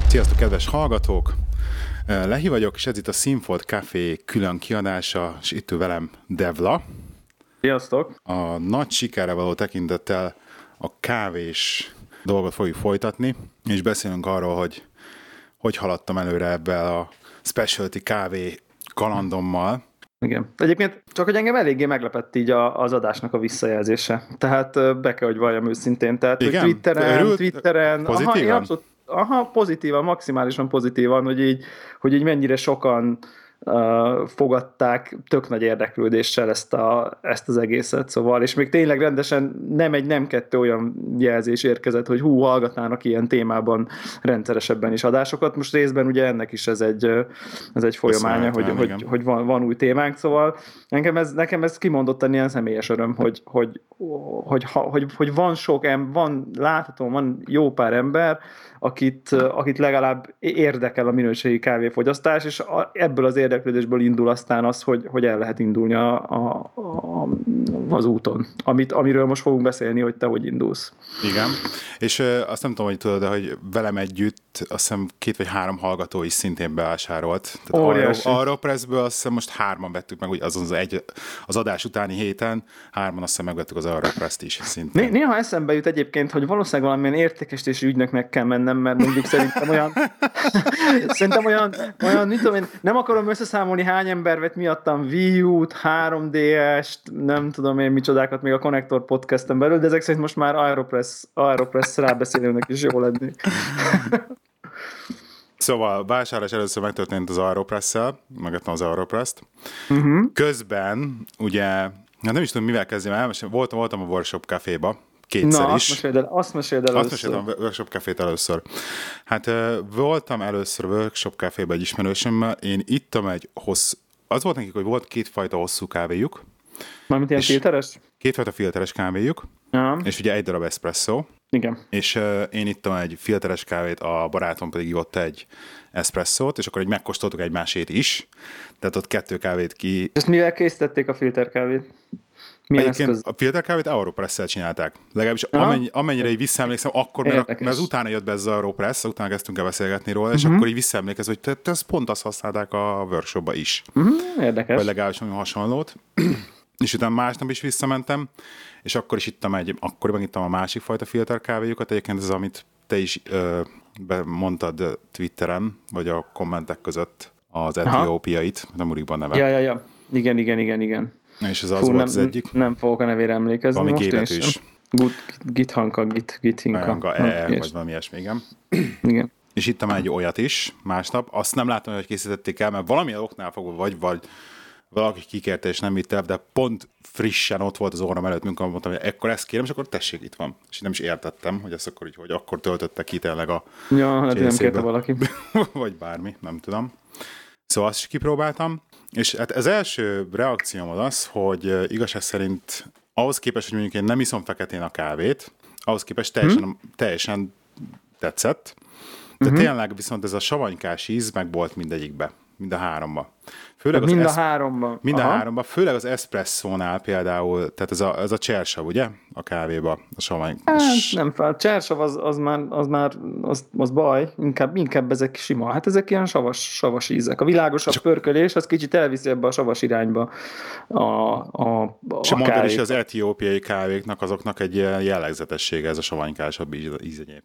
Sziasztok, kedves hallgatók! Lehi vagyok, és ez itt a Színfolt Café külön kiadása, és itt ül velem Devla. Sziasztok! A nagy sikerre való tekintettel a kávés dolgot fogjuk folytatni, és beszélünk arról, hogy haladtam előre ebben a specialty kávé kalandommal. Igen. Egyébként csak, hogy engem eléggé meglepett így az adásnak a visszajelzése. Tehát be kell, hogy valljam őszintén. Tehát, igen? Hogy Twitteren pozitívan? Pozitívan, maximálisan pozitívan, hogy így mennyire sokan fogadták tök nagy érdeklődéssel ezt az egészet, szóval, és még tényleg rendesen nem kettő olyan jelzés érkezett, hogy hallgatnának ilyen témában rendszeresebben is adásokat. Most részben ugye ennek is ez egy folyamánya, hogy van új témánk, szóval nekem ez kimondottan ilyen személyes öröm, hogy van van láthatóan van jó pár ember, akit legalább érdekel a minőségi kávéfogyasztás, és ebből az érdeklődésből indul aztán az, hogy el lehet indulni az úton, amiről most fogunk beszélni, hogy te hogy indulsz. Igen, és azt nem tudom, hogy tudod, de hogy velem együtt azt hiszem 2 vagy 3 hallgató is szintén bevásárolt. Aeropressből azt hiszem most 3-an vettük meg, az adás utáni héten 3-an azt hiszem megvettük az Aeropress-t is szintén. Néha eszembe jut egyébként, hogy valószínűleg valamilyen értékesítési ügynöknek kell mennem, mert mondjuk szerintem olyan, mit tudom én, nem akarom összeszámolni, hány ember vett miattam Wii U-t, 3DS-t, nem tudom én micsodákat még a Connector podcasten belül, de ezek szerint most már Aeropress rábeszélőnek is jó lenni. Szóval vásárlás először megtörtént az Aeropress-szel, megettem az Aeropress-t. Közben, ugye, nem is tudom, mivel kezdjem, voltam a Workshop Caféba, kétszer is. Azt meséld el először. Azt meséltem a Workshop Cafét először. Hát voltam először a Workshop Caféba egy ismerősömmel, én ittam az volt nekik, hogy volt 2 fajta hosszú kávéjuk. Mármint ilyen filteres? 2 fajta filteres kávéjuk, és ugye 1 darab espresso. Igen. És én ittam egy filteres kávét, a barátom pedig ivott egy espresszót, és akkor így megkóstoltuk egymásét is, tehát ott 2 kávét ki. Ezt mivel készítették a filterkávét? A filterkávét Aeropress-szel csinálták. Legalábbis amennyire így visszaemlékszem, akkor, mert az utána jött be ez az Aeropress, utána kezdtünk el beszélgetni róla, és akkor így visszaemlékez, hogy te ezt pont azt használták a workshopba is. Érdekes. Vagy legalábbis olyan hasonlót. És utána másnap is visszamentem, és akkor is akkoriban ittam a másik fajta filterkávéjukat, egyébként ez, amit te is mondtad Twitteren, vagy a kommentek között az etiópiait, nem úrik a neve. Ja. Igen. És ez az volt az egyik. Nem fogok a nevére emlékezni. Valami gépet is. Githanka. Vagy valami ilyesmi, igen. És ittam egy olyat is másnap. Azt nem láttam, hogy készítették el, mert valamilyen oknál fogva vagy valaki kikérte és nem vitt el, de pont frissen ott volt az orrom előtt, amikor mondtam, hogy ekkor ezt kérem, és akkor tessék, itt van. És nem is értettem, hogy ezt akkor így, hogy akkor töltötte ki tényleg a hát nem kérte valaki. Vagy bármi, nem tudom. Szóval azt is kipróbáltam, és hát az első reakcióm az, hogy igazság szerint ahhoz képest, hogy mondjuk én nem iszom feketén a kávét, ahhoz képest teljesen tetszett, de tényleg viszont ez a savanykás íz meg volt mindegyikbe, mind a 3-ba. Főleg mind a 3-ban. Mind a 3-ban, főleg az espresszónál például, tehát ez a csersav, ugye? A kávéba, a savány. Nem fel, csersav az baj, inkább ezek sima. Hát ezek ilyen savas ízek. A világosabb pörkölés, az kicsit elviszi ebbe a savas irányba a mondtad is, az etiópiai kávéknak azoknak egy jellegzetessége, ez a savanykásabb íz egyéb.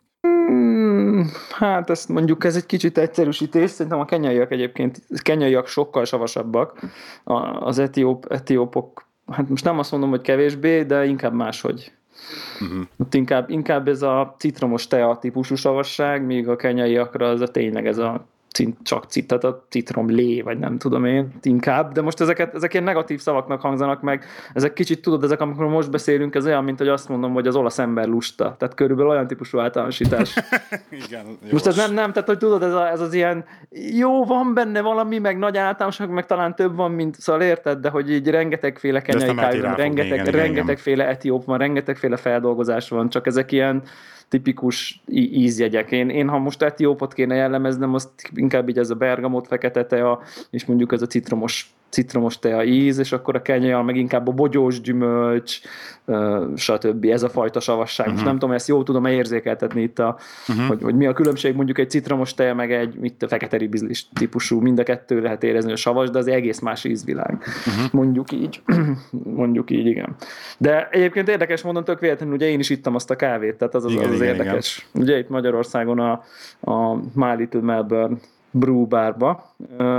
Hát ezt mondjuk ez egy kicsit egyszerűsítés, szerintem a kenyaiak sokkal savasabbak, az etiópok, hát most nem azt mondom, hogy kevésbé, de inkább máshogy. Ott inkább ez a citromos tea típusú savasság, míg a kenyaiakra az tényleg ez a tehát a citromlé, vagy nem tudom én, inkább, de most ezek ilyen negatív szavaknak hangzanak meg, ezek kicsit tudod, ezek amikor most beszélünk, ez olyan, mint hogy azt mondom, hogy az olasz ember lusta, tehát körülbelül olyan típusú általánosítás. Igen, most ez nem, tehát hogy tudod, ez az ilyen, jó, van benne valami, meg nagy általánosság, meg talán több van, mint, szóval érted, de hogy így rengetegféle kenyai kávé van, rengetegféle etióp van, rengetegféle feldolgozás van, csak ezek ilyen tipikus ízjegyek. Én ha most etiópot kéne jellemeznem, azt inkább így ez a bergamot, fekete tea, és mondjuk ez a citromos citromos tea íz, és akkor a kenyai meg inkább a bogyós gyümölcs, stb. Ez a fajta savasság. Most nem tudom, ezt jól tudom érzékeltetni itt, hogy mi a különbség mondjuk egy citromos tea, meg egy fekete ribizlis típusú, mind a kettő lehet érezni a savas, de az egész más ízvilág. Mondjuk így. Mondjuk így, igen. De egyébként érdekes módon tök véletlenül, ugye én is ittam azt a kávét, tehát az igen, érdekes. Igen. Ugye itt Magyarországon a My Little Melbourne Brew Barba,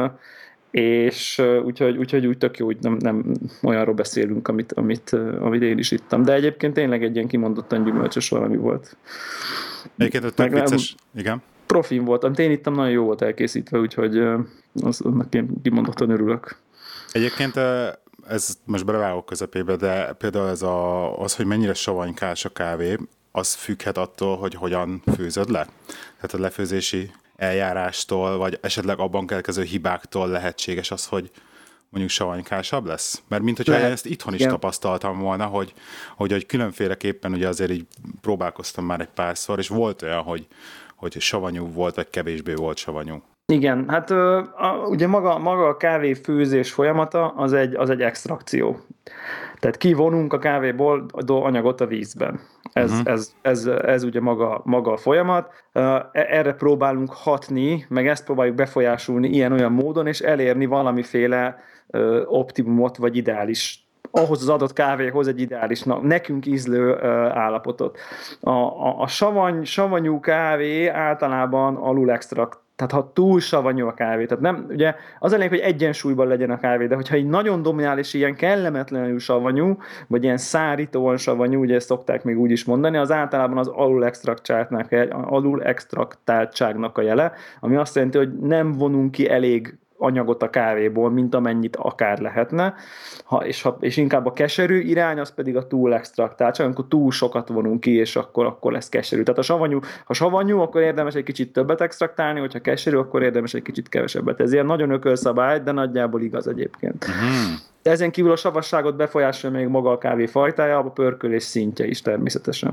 és úgyhogy úgy tök jó, hogy nem olyanról beszélünk, amit én is ittam. De egyébként tényleg egy ilyen kimondottan gyümölcsös valami volt. Egyébként tök vicces, igen. Profin volt, amit én ittam, nagyon jó volt elkészítve, úgyhogy annak én kimondottan örülök. Egyébként ez most belevágok közepébe, de például az, hogy mennyire savanykás a kávé, az függhet attól, hogy hogyan főzöd le. Tehát a lefőzési eljárástól, vagy esetleg abban keletkező hibáktól lehetséges az, hogy mondjuk savanykásabb lesz? Mert mint hogyha ezt itthon is tapasztaltam volna, hogy különféleképpen ugye azért így próbálkoztam már egy párszor, és volt olyan, hogy savanyú volt, vagy kevésbé volt savanyú. Igen, hát ugye maga a kávéfőzés folyamata az egy extrakció. Tehát kivonunk a kávéból anyagot a vízben. Ez ugye maga a folyamat. Erre próbálunk hatni, meg ezt próbáljuk befolyásolni ilyen-olyan módon, és elérni valamiféle optimumot, vagy ideális, ahhoz az adott kávéhoz egy ideális, nekünk ízlő állapotot. A savanyú kávé általában alul extrakt. Tehát ha túl savanyú a kávé, tehát nem, ugye az a lényeg, hogy egyensúlyban legyen a kávé, de hogyha egy nagyon dominál és ilyen kellemetlenül savanyú, vagy ilyen szárítóan savanyú, ugye ezt szokták még úgy is mondani, az általában az alul extraktáltságnak a jele, ami azt jelenti, hogy nem vonunk ki elég anyagot a kávéból, mint amennyit akár lehetne, és inkább a keserű irány, az pedig a túl extraktáltság, amikor túl sokat vonunk ki, és akkor lesz keserű. Tehát ha savanyú, akkor érdemes egy kicsit többet extraktálni, hogyha keserű, akkor érdemes egy kicsit kevesebbet. Ez ilyen nagyon ökölszabály, de nagyjából igaz egyébként. De ezen kívül a savasságot befolyásolja még maga a kávé fajtája, a pörkölés szintje is természetesen.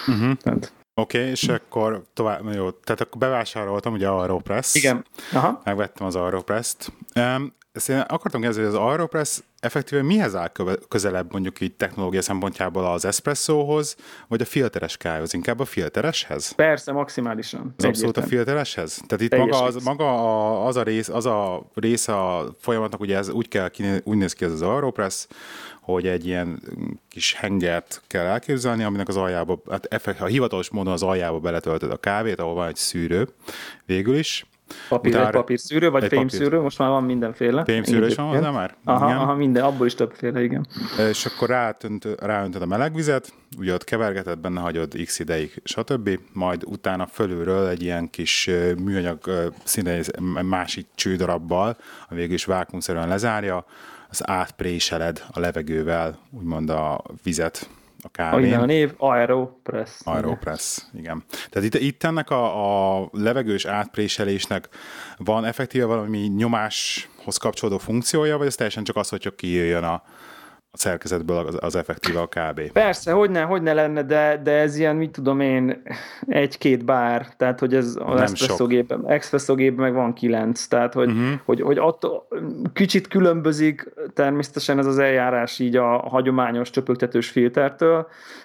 Oké, és akkor tovább, jó, tehát akkor bevásároltam ugye AeroPress. Igen. Aha. Megvettem az AeroPress-t. Ezt én akartam kérdezni, hogy az AeroPress effektíven mihez áll közelebb mondjuk így technológia szempontjából az espresszóhoz, vagy a filteres kávéhoz? Inkább a filtereshez? Persze, maximálisan. Az abszolút a filtereshez? Tehát itt az a része a folyamatnak, ugye ez úgy néz ki ez az AeroPress, hogy egy ilyen kis hengert kell elképzelni, aminek az aljába, hát ha hivatalos módon az aljába beletöltöd a kávét, ahol van egy szűrő végül is. Egy papírszűrő, vagy fémszűrő, most már van mindenféle. Fémszűrő is van hozzá már? Aha, minden, abból is többféle, igen. És akkor ráöntöd a melegvizet, ugye ott kevergeted, benne hagyod x ideig, stb. Majd utána fölülről egy ilyen kis műanyag szinte másik csődarabbal, ami végül is vákuumszerűen lezárja, az átpréseled a levegővel, úgymond a vizet a kávén. Innen a név AeroPress. AeroPress, igen. Tehát itt ennek a levegős átpréselésnek van effektíve valami nyomáshoz kapcsolódó funkciója, vagy ez teljesen csak az, hogy csak kijöjjön a szerkezetből az effektíve a kb. Persze, hogyne lenne, de ez ilyen, mit tudom én, 1-2 bár, tehát hogy ez az expresszógépben meg van 9, tehát hogy attól kicsit különbözik természetesen ez az eljárás így a hagyományos csöpögtetős filtertől,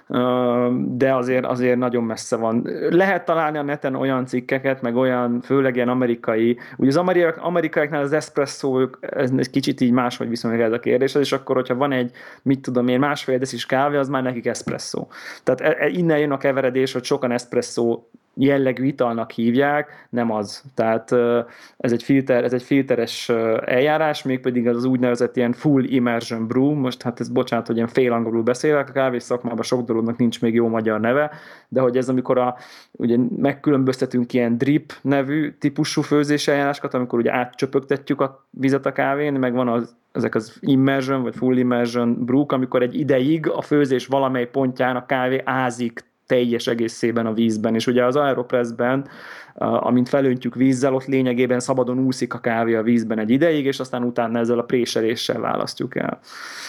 de azért nagyon messze van. Lehet találni a neten olyan cikkeket, meg olyan, főleg ilyen amerikai, ugye az amerikaiaknál az espresszó, ez egy kicsit így máshogy viszonylag ez a kérdés, és akkor, hogyha van egy, mit tudom én, másfél decis kávé, az már nekik espresszó. Tehát innen jön a keveredés, hogy sokan espresszó jellegű italnak hívják, nem az. Tehát ez egy filteres eljárás, mégpedig az úgynevezett ilyen full immersion brew, most hát ez bocsánat, hogy ilyen félangolul beszélek, a kávés szakmában sok dolognak nincs még jó magyar neve, de hogy ez amikor ugye megkülönböztetünk ilyen drip nevű típusú főzési eljárásokat, amikor ugye átcsöpögtetjük a vizet a kávén, meg van ezek az immersion vagy full immersion brew, amikor egy ideig a főzés valamely pontján a kávé ázik teljes egészében a vízben, és ugye az AeroPressben, amint felöntjük vízzel, ott lényegében szabadon úszik a kávé a vízben egy ideig, és aztán utána ezzel a préseléssel választjuk el.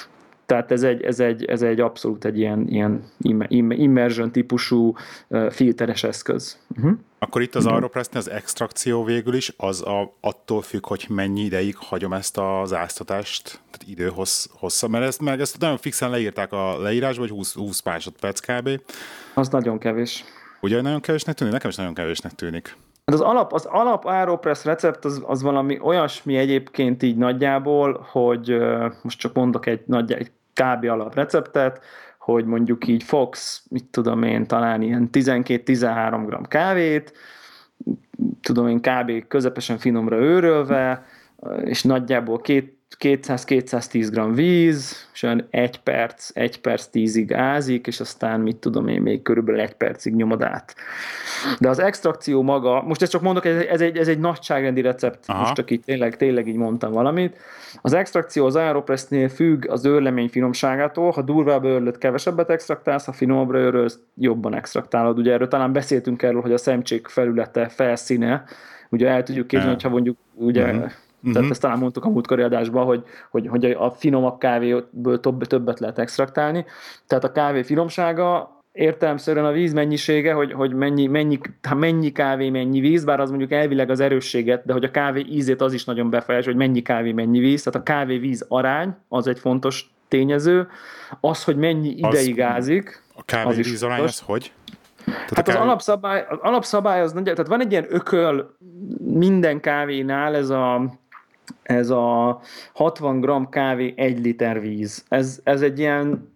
Tehát ez egy abszolút egy ilyen immersion típusú filteres eszköz. Akkor itt az Aeropressnél az extrakció végül is attól függ, hogy mennyi ideig hagyom ezt az áztatást, tehát időhossza, mert ezt nagyon fixen leírták a leírásba, hogy 20 másodperc kb. Az nagyon kevés. Ugye nagyon kevésnek tűnik? Nekem is nagyon kevésnek tűnik. Az alap Aeropress recept az valami olyasmi egyébként így nagyjából, hogy most csak mondok egy kb. Alap receptet, hogy mondjuk így fogsz, mit tudom én, talán ilyen 12-13 g kávét, tudom én kb. Közepesen finomra őrölve, és nagyjából 200-210 g víz, és olyan 1 perc 10-ig ázik, és aztán mit tudom én, még körülbelül 1 percig nyomod át. De az extrakció maga, most ezt csak mondok, ez egy nagyságrendi recept, aha, most csak így tényleg így mondtam valamit. Az extrakció az Aeropressnél függ az őrlemény finomságától, ha durvább őrlöd, kevesebbet extraktálsz, ha finomabbra őrölsz, jobban extraktálod. Ugye erről talán beszéltünk erről, hogy a szemcsék felülete, felszíne, ugye el tudjuk képzelni, hogyha mondjuk ugye tehát ezt talán mondtuk a múltkori adásban, hogy a finomabb kávéből többet lehet extraktálni. Tehát a kávé finomsága értelemszerűen a víz mennyisége, hogy mennyi kávé, mennyi víz, bár az mondjuk elvileg az erősséget, de hogy a kávé ízét az is nagyon befolyásolja, hogy mennyi kávé, mennyi víz. Tehát a kávé-víz arány az egy fontos tényező. Az, hogy mennyi ideig ázik. A kávé-víz arány az hogy? Hát az alapszabály az, tehát van egy ilyen ököl minden kávénál, ez a 60 g kávé 1 liter víz. Ez egy ilyen,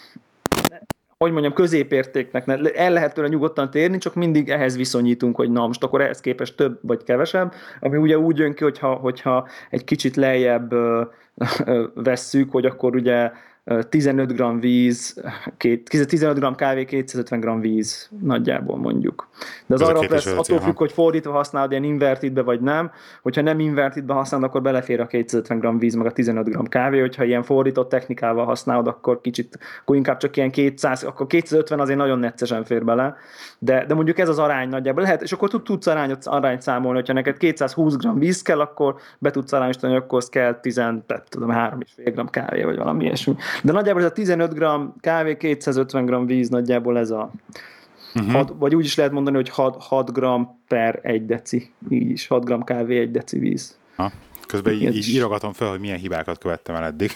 hogy mondjam, középértéknek el lehet tőle nyugodtan térni, csak mindig ehhez viszonyítunk, hogy na, most akkor ehhez képest több vagy kevesebb, ami ugye úgy jön ki, hogyha egy kicsit lejjebb vesszük, hogy akkor ugye 15 g víz, 15 g kávé, 250 g víz nagyjából mondjuk. De az Aeropress attól függ, hogy fordítva használod ilyen invertedbe vagy nem. Hogyha nem invertedbe használod, akkor belefér a 250 g víz, meg a 15 g kávé. Hogyha ilyen fordított technikával használod, akkor inkább csak ilyen 200, akkor 250 azért nagyon neccesen fér bele. De mondjuk ez az arány nagyjából lehet, és akkor tudsz arányt számolni, hogyha neked 220 g víz kell, akkor be tudsz arányosítani, hogy akkor kell 3,5 g kávé, vagy valami ilyesmi. De nagyjából ez a 15 g kávé, 250 g víz, nagyjából ez a vagy úgy is lehet mondani, hogy 6 g per 1 deci. Így is, 6 g kávé, 1 deci víz. Közben így írogatom fel, hogy milyen hibákat követtem el eddig.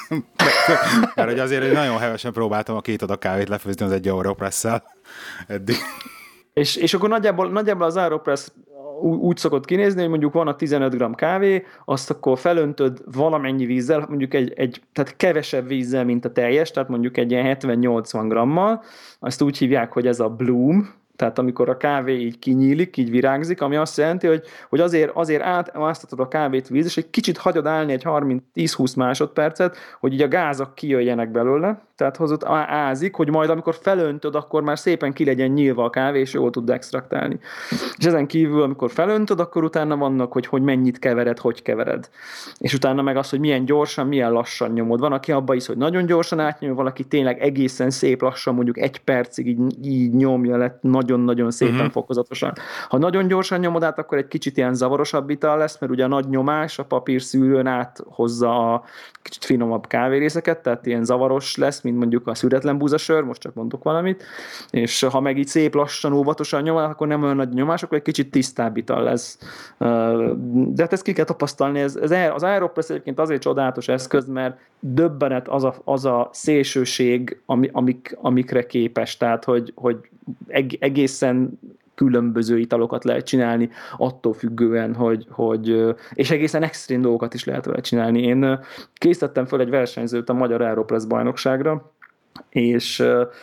Mert hogy azért nagyon hevesen próbáltam a 2 adag kávét lefőzni az egy Aeropresszel eddig. És akkor nagyjából az Aeropress úgy szokott kinézni, hogy mondjuk van a 15 g kávé, azt akkor felöntöd valamennyi vízzel, mondjuk tehát kevesebb vízzel, mint a teljes, tehát mondjuk egy ilyen 70-80 grammal, azt úgy hívják, hogy ez a bloom, tehát amikor a kávé így kinyílik, így virágzik, ami azt jelenti, hogy azért átáztatod a kávét víz, és egy kicsit hagyod állni egy 10-20 másodpercet, hogy így a gázak kijöjjenek belőle, tehát hozott ázik, hogy majd amikor felöntöd, akkor már szépen ki legyen nyílva a kávé, és jól tud extraktálni. És ezen kívül, amikor felöntöd, akkor utána vannak, hogy mennyit kevered, hogy kevered. És utána meg az, hogy milyen gyorsan, milyen lassan nyomod. Van, aki abba is, hogy nagyon gyorsan átnyomja, valaki tényleg egészen szép lassan, mondjuk 1 percig így nyomja le, nagyon-nagyon szépen fokozatosan. Ha nagyon gyorsan nyomod át, akkor egy kicsit ilyen zavarosabb ital lesz, mert ugye a nagy nyomás a papírszűrőn áthozza a kicsit finomabb kávérészeket, tehát ilyen zavaros lesz, mint mondjuk a szüretlen búzasör, most csak mondok valamit, és ha meg így szép lassan, óvatosan nyomod, akkor nem olyan nagy nyomás, akkor egy kicsit tisztább ital lesz. De hát ezt ki kell tapasztalni. Az Aeropress egyébként azért csodálatos eszköz, mert döbbenet az a szélsőség, amikre képes, tehát hogy egészen különböző italokat lehet csinálni, attól függően, és egészen extrém dolgokat is lehet vele csinálni. Én készítettem föl egy versenyzőt a Magyar Aeropress bajnokságra, és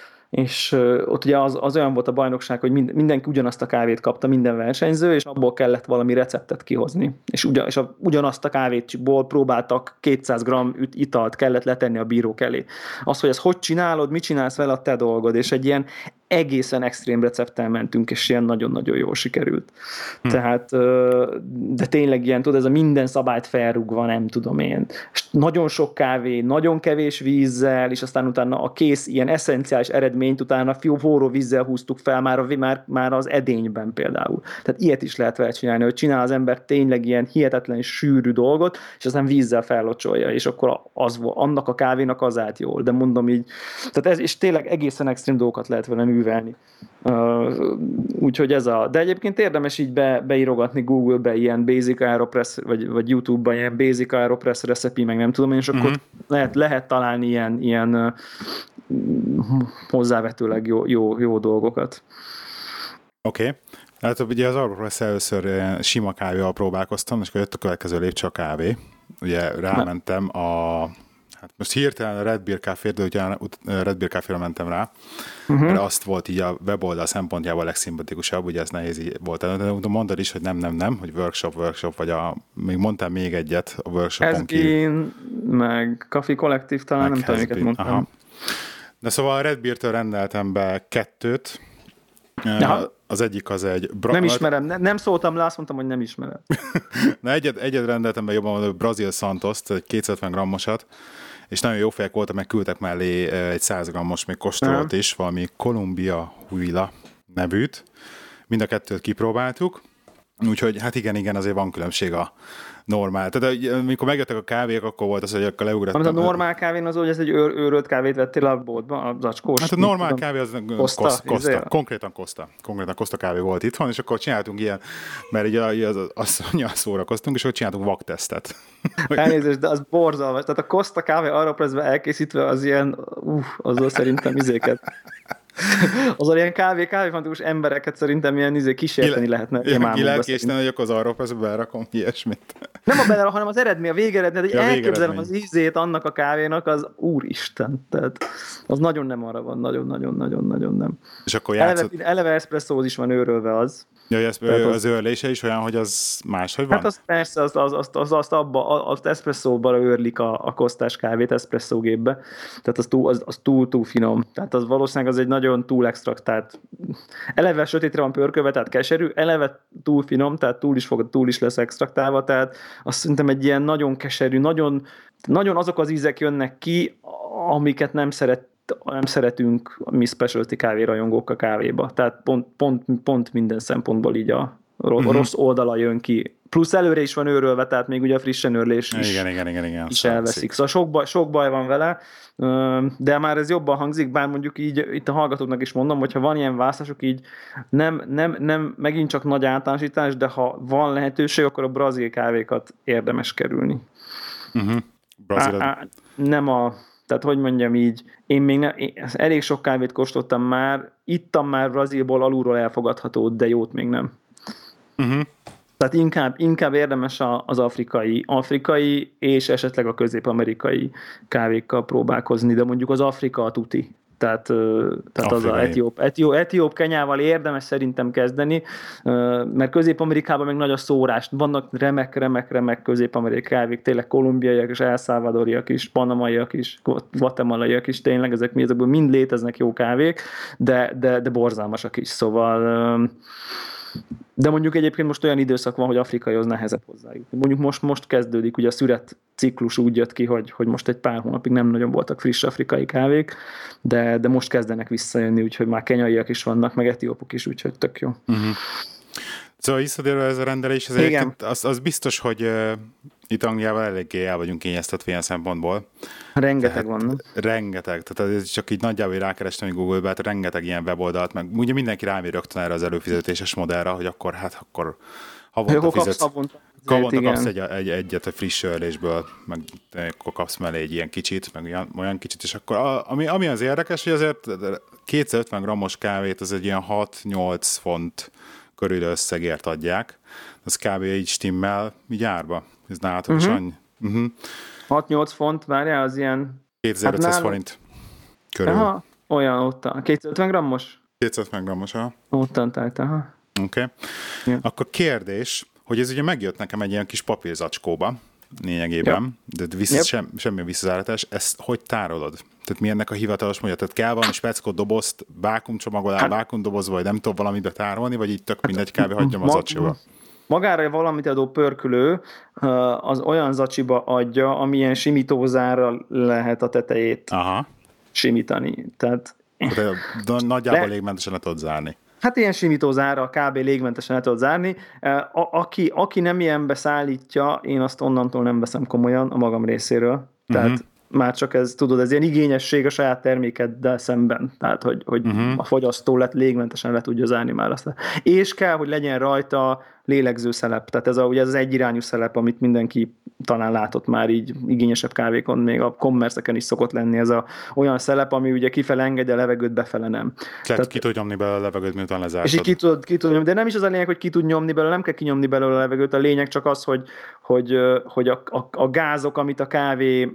ott ugye az olyan volt a bajnokság, hogy mindenki ugyanazt a kávét kapta, minden versenyző, és abból kellett valami receptet kihozni. És ugyanazt a kávésból próbáltak 200 g italt kellett letenni a bírók elé. Az, hogy ezt hogy csinálod, mit csinálsz vele, a te dolgod, és egy ilyen egészen extrém recepttel mentünk, és ilyen nagyon-nagyon jól sikerült. Tehát, de tényleg ilyen, tudod, ez a minden szabályt felrúgva, nem tudom én. Nagyon sok kávé, nagyon kevés vízzel, és aztán utána a kész ilyen eszenciális eredményt utána forró vízzel húztuk fel már az edényben például. Tehát ilyet is lehet vele csinálni, hogy csinál az ember tényleg ilyen hihetetlen sűrű dolgot, és aztán vízzel fellocsolja, és akkor annak a kávénak az állt jól. De mondom így, tehát ez, és tényleg egészen extrém dolgokat lehet vele művelni. Úgyhogy ez de egyébként érdemes így beírogatni Google-be ilyen Basic Aeropress, vagy YouTube-ban ilyen Basic Aeropress recipe, meg nem tudom én, és akkor lehet találni ilyen hozzávetőleg jó dolgokat. Oké. Hát ugye az Aeropress először sima kávéval próbálkoztam, és akkor jött a következő lépcső a kávé. Ugye rámentem hát most hirtelen a Red Beer Café, de ugye Red Beer Café-ra mentem rá, mert azt volt így a weboldal szempontjából a legszimpatikusabb, ugye ez nehéz volt. De mondod is, hogy nem, hogy workshop, vagy még mondtam még egyet a workshopon kívül. Meg Coffee Collective talán, nem tudom, miket mondtam. Aha. De szóval a Red Beer-től rendeltem be 2. Az egyik az egy... Nem ismerem, nem szóltam le, azt mondtam, hogy nem ismerem. Na egyet rendeltem be jobban mondani, Brazil Santos-t, egy 250 grammosat, és nagyon jó fejek voltak, meg küldtek mellé egy 100 grammos még kóstolt is, valami Columbia Huila nevűt. Mind a 2 kipróbáltuk, úgyhogy hát igen, azért van különbség a normál. Tehát amikor megjöttek a kávék, akkor volt az, hogy akkor leugrottam. A normál kávén az, hogy ez egy őrölt kávét vettél a boltba, a zacskós. Hát a normál kávé az Costa. Konkrétan Costa kávé volt itthon, és akkor csináltunk ilyen, mert így asszonnyal szórakoztunk, és akkor csináltunk vaktesztet. Elnézést, de az borzalmas. Tehát a Costa kávé Aeropressbe elkészítve az ilyen, azzal szerintem izéket. Azon ilyen kávéfantikus embereket szerintem ilyen kísérteni lehetne. Lelkésne, hogy akkor az Aeropressbe berakom ilyesmit. Nem a bele, hanem az eredmény, a végeredmény, hogy elképzelem az ízét annak a kávénak, az úristen. Tehát az nagyon nem arra van, nagyon nem. És akkor eleve eszpresszóhoz is van őrölve az. Ja, az őrlése is olyan, hogy az máshogy van? Hát az persze, azt eszpresszóban őrlik a kosztás kávét eszpresszógépbe. Tehát az túl finom. Tehát az valószínűleg az egy nagyon túl extraktált. Eleve sötétre van pörkölve, tehát keserű, eleve túl finom, tehát túl is lesz extraktálva, tehát azt szerintem egy ilyen nagyon keserű, nagyon azok az ízek jönnek ki, amiket nem szeretünk mi specialty kávérajongók a kávéba. Tehát pont minden szempontból így a rossz oldala jön ki. Plusz előre is van őrölve, tehát még ugye a frissen őrlés is elveszik. Szóval sok baj van vele, de már ez jobban hangzik, bár mondjuk így itt a hallgatóknak is mondom, hogyha van ilyen választások, így nem megint csak nagy általánosítás, de ha van lehetőség, akkor a brazil kávékat érdemes kerülni. Tehát hogy mondjam így, én elég sok kávét kóstoltam már, ittam már Brazílból alulról elfogadható, de jót még nem. Tehát inkább érdemes az afrikai és esetleg a közép-amerikai kávékkal próbálkozni, de mondjuk az Afrika a tuti. Tehát az etióp kenyával érdemes szerintem kezdeni, mert Közép-Amerikában meg nagy a szórás. Vannak remek közép-amerikai kávék, tényleg kolumbiaiak és El Salvadoriak is, panamaiak is, guatemalaiak is, tényleg ezekből mind léteznek jó kávék, de borzalmasak is. Szóval... De mondjuk egyébként most olyan időszak van, hogy afrikaihoz nehezebb hozzájutni. Mondjuk most kezdődik, ugye a szüret ciklus úgy jött ki, hogy most egy pár hónapig nem nagyon voltak friss afrikai kávék, de most kezdenek visszajönni, úgyhogy már kenyaiak is vannak, meg etiópok is, úgyhogy tök jó. Szóval visszatérve ez a rendelés, az biztos, hogy itt Angliával eléggé el vagyunk kényeztetve ilyen szempontból. Rengeteg van. Rengeteg. Tehát ez csak így nagyjából rákerestem Google-be, hát rengeteg ilyen weboldalt, meg ugye mindenki rámér rögtön erre az előfizetéses modellre, hogy akkor havonta fizetsz. Havonta kapsz egyet a friss örlésből, meg akkor kapsz mellé egy ilyen kicsit, meg olyan kicsit, és akkor ami az érdekes, hogy azért 250 grammos kávét az egy ilyen 6-8 font körül összegért adják. Az kb. Így stimmel, így árba. Ez nálatok is annyi. 6-8 font, várjál, az ilyen... 2500 forint körül. Aha, olyan ottan. 250 grammos? 250 grammos, aha. Ottan tájt, aha. Oké. Ja. Akkor kérdés, hogy ez ugye megjött nekem egy ilyen kis papírzacskóba, lényegében, de semmi visszazáratás. Ezt hogy tárolod? Tehát mi ennek a hivatalos módja? Tehát kell valami speckó dobozt, vákumcsomagolás, vákumdoboz, vagy nem tudom valamibe tárolni, vagy így tök mindegy, kb. Hagyjam az zacsiba? Magára valamit adó pörkölő az olyan zacsiba adja, amilyen simítózárral lehet a tetejét simítani. Tehát nagyjából légmentesen le tudod zárni. Hát ilyen simítózárral kb. Légmentesen le tudod zárni. Aki nem ilyenbe szállítja, én azt onnantól nem veszem komolyan a magam részéről. Tehát már csak ez, tudod, ez ilyen igényesség a saját termékeddel szemben. Tehát, hogy a fogyasztó légmentesen le tudja zárni már azt. És kell, hogy legyen rajta lélegző szelep. Tehát ugye ez az egyirányú szelep, amit mindenki talán látott már így igényesebb kávékon, még a commerce-eken is szokott lenni ez olyan szelep, ami ugye kifele engedi a levegőt, befele nem. Tehát ki tud nyomni belőle a levegőt, miután lezártad. És így ki tud nyomni, de nem is az a lényeg, hogy ki tud nyomni belőle, nem kell kinyomni belőle a levegőt, a lényeg csak az, hogy a gázok, amit a kávé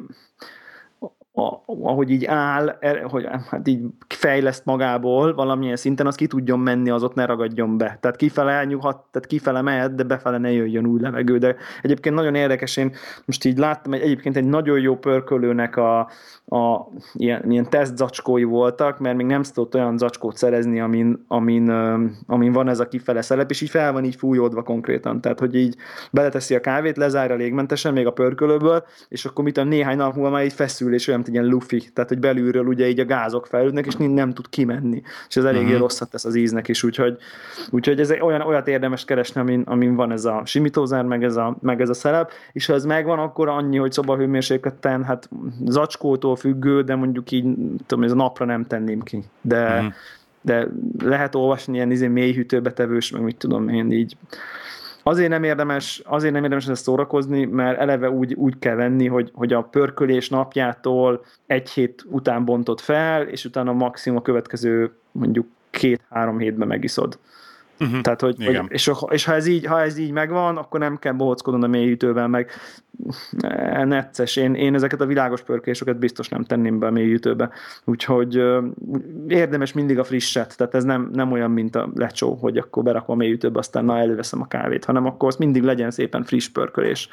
ahogy így áll, hogy hát így fejleszt magából valamilyen szinten, az ki tudjon menni, az ott ne ragadjon be. Tehát kifele elnyúlhat, tehát kifele mehet, de befele ne jöjjön új levegő. De egyébként nagyon érdekes, én most így láttam, egyébként egy nagyon jó pörkölőnek ilyen tesztzacskói voltak, mert még nem tudott olyan zacskót szerezni, amin van ez a kifele szelep, és így fel van így fújódva konkrétan. Tehát, hogy így beleteszi a kávét, lezárja légmentesen még a pörkölőből, és akkor néhány nap múlva már így feszül, és olyan, mint egy ilyen lufi. Tehát, hogy belülről ugye így a gázok fejlődnek, és nem tud kimenni. És ez eléggé rosszat tesz az íznek is, úgyhogy ez olyat érdemes keresni, amin van ez a simítózár, meg ez a szelep, és ha ez megvan, akkor annyi, hogy szobahőmérsékleten, hát zacskótól függő, de mondjuk így, tudom, ez a napra nem tenném ki. De lehet olvasni ilyen mélyhűtőbe tevős, meg mit tudom én így. Azért nem érdemes ezt szórakozni, mert eleve úgy kell venni, hogy a pörkölés napjától 1 hét után bontod fel, és utána maximum a következő mondjuk 2-3 hétben megiszod. Tehát, és ha ez így megvan, akkor nem kell bohockodnod a mélyhűtővel, meg necces. Én ezeket a világos pörkéseket biztos nem tenném be a mélyhűtőbe. Úgyhogy érdemes mindig a frisset, tehát ez nem olyan, mint a lecsó, hogy akkor berakom a mélyhűtőbe, aztán előveszem a kávét, hanem akkor az mindig legyen szépen friss pörkölés.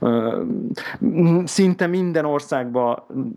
Szinte minden országban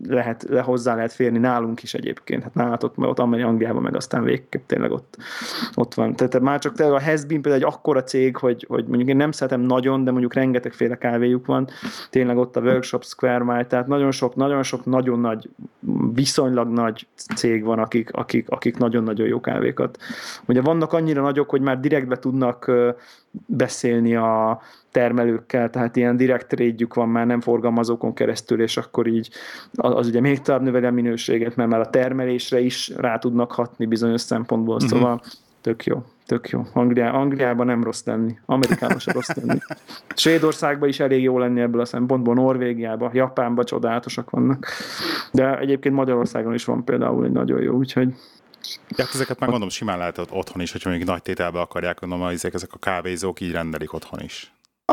hozzá lehet férni, nálunk is egyébként. Hát nálatok, mert ott Angliában meg aztán végképp tényleg ott van. Tehát már csak a Has-Been például egy akkora cég, hogy mondjuk én nem szeretem nagyon, de mondjuk rengetegféle kávéjuk van. Tényleg ott a Workshop Square Mile, tehát nagyon sok, nagyon nagy, viszonylag nagy cég van, akik nagyon-nagyon jó kávékat. Ugye vannak annyira nagyok, hogy már direktbe tudnak beszélni a termelőkkel, tehát ilyen direkt trade-jük van már, nem forgalmazókon keresztül, és akkor így az ugye még tovább növeli a minőséget, mert már a termelésre is rá tudnak hatni bizonyos szempontból, szóval tök jó. Angliában nem rossz lenni. Amerikában sem rossz lenni. Svédországban is elég jó lenni ebből a szempontból. Norvégiában, Japánban csodálatosak vannak. De egyébként Magyarországon is van például egy nagyon jó, úgyhogy... Ja, ezeket már gondolom simán lehet otthon is, hogyha még nagy tételbe akarják, gondolom, ezek a kávézók így rendelik otthon is.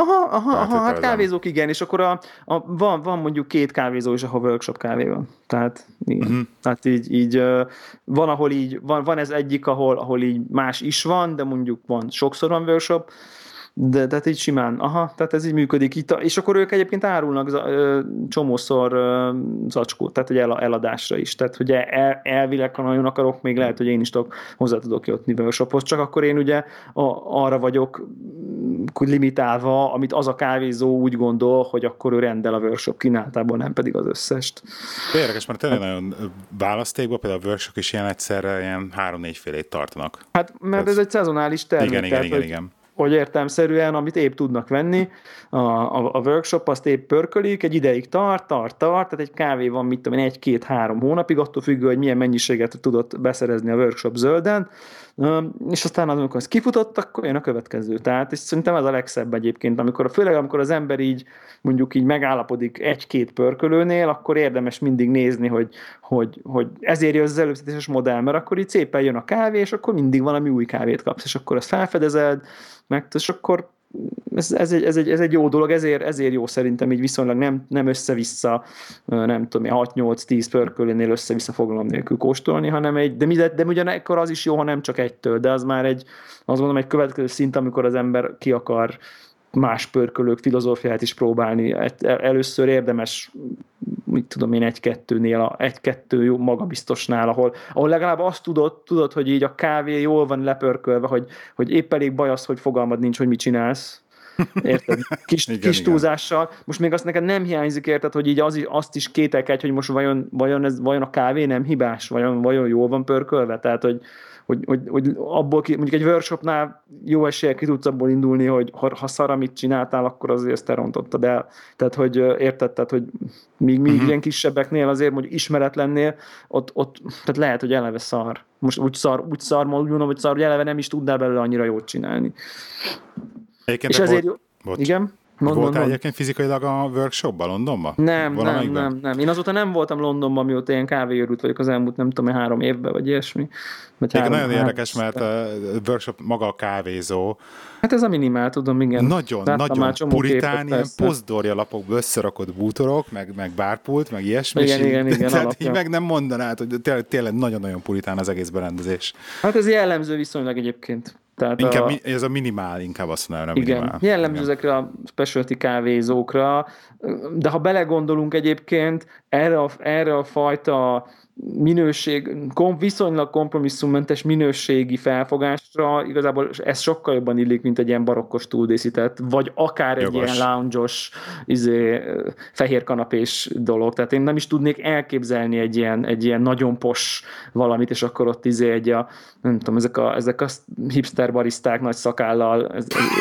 Hát kávézók igen, és akkor van mondjuk 2 kávézó is, ahol workshop kávé van. Tehát, tehát így van, ahol így, van ez egyik, ahol így más is van, de mondjuk sokszor van workshop, de tehát így simán, tehát ez így működik itt, és akkor ők egyébként árulnak csomószor zacskót, tehát hogy eladásra is, tehát hogy elvileg, ha nagyon akarok, még lehet, hogy én is hozzá tudok jutni workshophoz, csak akkor én ugye arra vagyok limitálva, amit az a kávézó úgy gondol, hogy akkor ő rendel a workshop kínálatából, nem pedig az összest. Érdekes, mert tényleg nagyon választékban, például a workshop is ilyen egyszerre ilyen 3-4 félét tartanak. Hát, mert ez egy szezonális termék. Igen. Hogy értelemszerűen, amit épp tudnak venni, a workshop azt épp pörkölik, egy ideig tart, tehát egy kávé van, mit tudom én, 1-2-3 hónapig, attól függő, hogy milyen mennyiséget tudott beszerezni a workshop zölden, és aztán amikor ez kifutott, akkor jön a következő. Tehát és szerintem ez a legszebb egyébként, főleg amikor az ember így mondjuk így megállapodik 1-2 pörkölőnél, akkor érdemes mindig nézni, hogy ezért jön az előfizetéses modell, mert akkor így szépen jön a kávé, és akkor mindig valami új kávét kapsz, és akkor azt felfedezed, és akkor ez egy jó dolog, ezért jó szerintem így viszonylag nem össze-vissza, nem tudom, 6-8-10 pörkölőnél össze-vissza fogalom nélkül kóstolni, hanem de ugyanakkor az is jó, ha nem csak egytől, de az már azt gondolom egy következő szint, amikor az ember ki akar más pörkölők filozófiát is próbálni. Először érdemes, mit tudom én, egy-kettő jó magabiztosnál, ahol legalább azt tudod, hogy így a kávé jól van lepörkölve, hogy épp elég baj az, hogy fogalmad nincs, hogy mit csinálsz. Érted? Kis túlzással. Most még azt neked nem hiányzik, érted, hogy így azt is kételkedj, hogy most vajon a kávé nem hibás, vajon jól van pörkölve, tehát hogy abból mondjuk egy workshopnál jó eséllyel ki tudsz abból indulni, hogy ha szar, amit csináltál, akkor azért ezt te rontottad el. Tehát, hogy érted, tehát, hogy míg ilyen kisebbeknél azért, mondjuk ismeretlennél, ott tehát lehet, hogy eleve szar. Most úgy mondom, hogy szar, hogy eleve nem is tudnál belőle annyira jót csinálni. És ezért igen? Voltál egyébként fizikailag a workshopban Londonban? Nem. Én azóta nem voltam Londonban, mióta ilyen kávéőrült vagyok az elmúlt, nem tudom, 3 évben, vagy ilyesmi. Nagyon érdekes, mert a workshop maga a kávézó. Hát ez a minimál, tudom, igen. Nagyon puritán, ilyen pozdorja lapokból összerakott bútorok, meg bárpult, meg ilyesmi. Igen, tehát így meg nem mondanád, hogy tényleg nagyon-nagyon puritán az egész berendezés. Hát ez jellemző viszonylag egyébként. Tehát inkább ez a minimál, inkább azt mondanám, nem minimál. Jellemző ezekre a specialty kávézókra, de ha belegondolunk egyébként erre a fajta viszonylag kompromisszummentes minőségi felfogásra, igazából ez sokkal jobban illik, mint egy ilyen barokkos túldészített, vagy akár egy ilyen lounge-os fehér kanapés dolog. Tehát én nem is tudnék elképzelni egy ilyen nagyon pos valamit, és akkor ott nem tudom, ezek a hipster bariszták nagy szakállal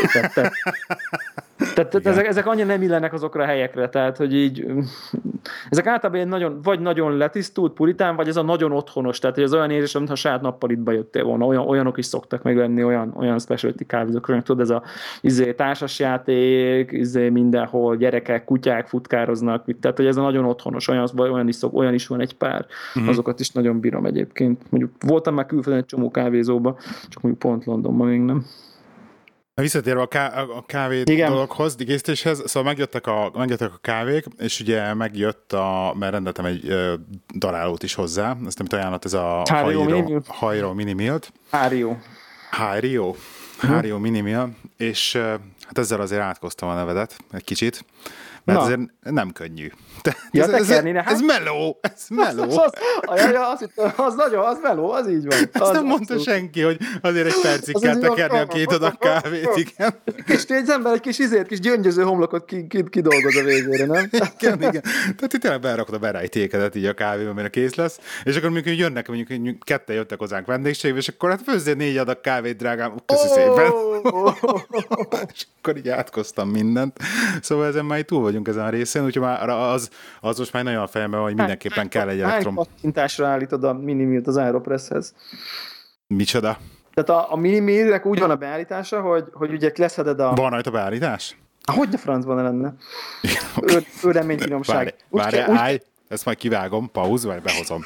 tehát ezek annyira nem illenek azokra a helyekre, tehát hogy így ezek általában nagyon letisztult, puritán, vagy ez a nagyon otthonos, tehát hogy az olyan érzés, mintha saját nappalitba jöttél volna, olyanok is szoktak meg lenni, olyan specialty kávézókról, tudod, ez a társasjáték, mindenhol gyerekek, kutyák futkároznak, tehát hogy ez a nagyon otthonos, olyan is van egy pár, azokat is nagyon bírom egyébként. Mondjuk voltam már külföldön egy csomó kávézóba, csak mondjuk pont Londonban még nem. Visszatérve a kávé dologhoz, digésztéshez, szóval megjöttek a kávék, és ugye mert rendeltem egy darálót is hozzá, ezt nem ajánlott, ez a Hairo Mini Milt. Hairo Mini Mill, és hát ezzel azért átkoztam a nevedet egy kicsit, mert azért nem könnyű. Ez meló, ez meló. Az meló, az így van. Azt nem mondta senki, hogy azért egy percig kell tekerni a 2 adag kávét, igen. És az ember egy kis gyöngyöző homlokot kidolgoz a végére, nem? Igen. Tehát itt tényleg berakod a berejtékedet így a kávéba, amire kész lesz, és akkor mondjuk ketten jöttek hozzánk vendégségbe, és akkor hát főzzél 4 adag kávét, drágám, köszi szépen. És akkor így átkoztam mindent. Szóval ezen már túl vagyunk ezen a részén, úgyhogy már az most már nagyon a fejemben, hogy mindenképpen kell egy elektrom. Hány pattintásra állítod a Minimilt az Aeropresshez? Micsoda? Tehát a Minimilnek úgy van a beállítása, hogy ugye leszeded a... Van rajta beállítás? Hogyne francban lenne? Reményfinomság. Várj, ezt majd kivágom, pauz, vagy behozom.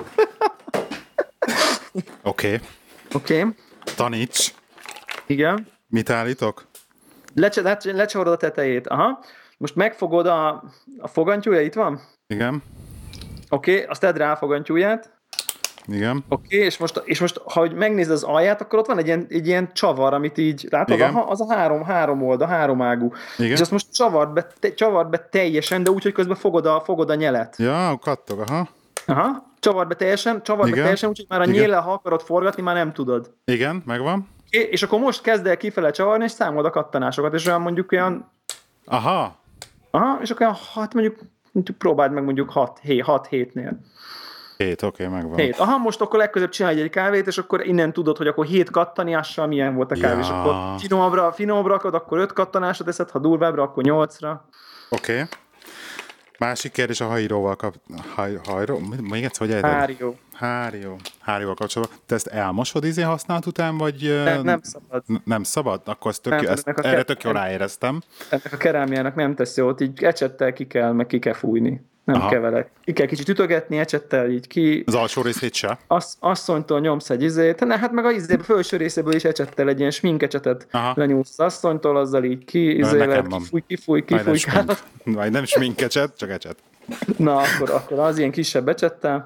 Oké. Taníts. Igen. Mit állítok? Lecsavarod a tetejét. Aha. Most megfogod a fogantyúja, itt van? Igen. Oké, azt tedd rá a fogantyúját. Igen. Oké, és most ha megnézed az alját, akkor ott van egy ilyen csavar, amit így látod, az a három oldal, 3 ágú. Igen. És azt most csavard be teljesen, de úgy, hogy közben fogod a nyelet. Ja, kattog, aha. Csavard be teljesen, úgyhogy már a nyéllel, ha akarod forgatni, már nem tudod. Igen, megvan. És akkor most kezd el kifele csavarni, és számold a kattanásokat, és olyan mondjuk olyan... Aha, és akkor mondjuk próbáld meg mondjuk 6-7-nél. 7, oké, megvan. 7. Most akkor legközebb csinálj egy kávét, és akkor innen tudod, hogy akkor 7 kattanással milyen volt a kávé, és akkor finomabbra rakod, akkor 5 kattanásra teszed, ha durvábbra, akkor 8-ra. Oké. Másik kérdés a Hairóval még egyszer, hogy ejted? Hárióval kapcsolatban. Te ezt elmosod használat után, vagy... Nem szabad. Nem szabad? Akkor erre tök jól ráéreztem. Ennek a kerámiának nem tesz jót, így ecsettel ki kell fújni. Nem keverek. Ki kell kicsit ütögetni, ecsettel így ki. Az alsó részét se? Asszonytól nyomsz egy hát meg a felső részéből is ecsettel egy ilyen sminkecsetet lenyúlsz asszonytól, azzal így kifúj. Majd nem sminkecset, csak ecset. Na, akkor az ilyen kisebb ecsettel.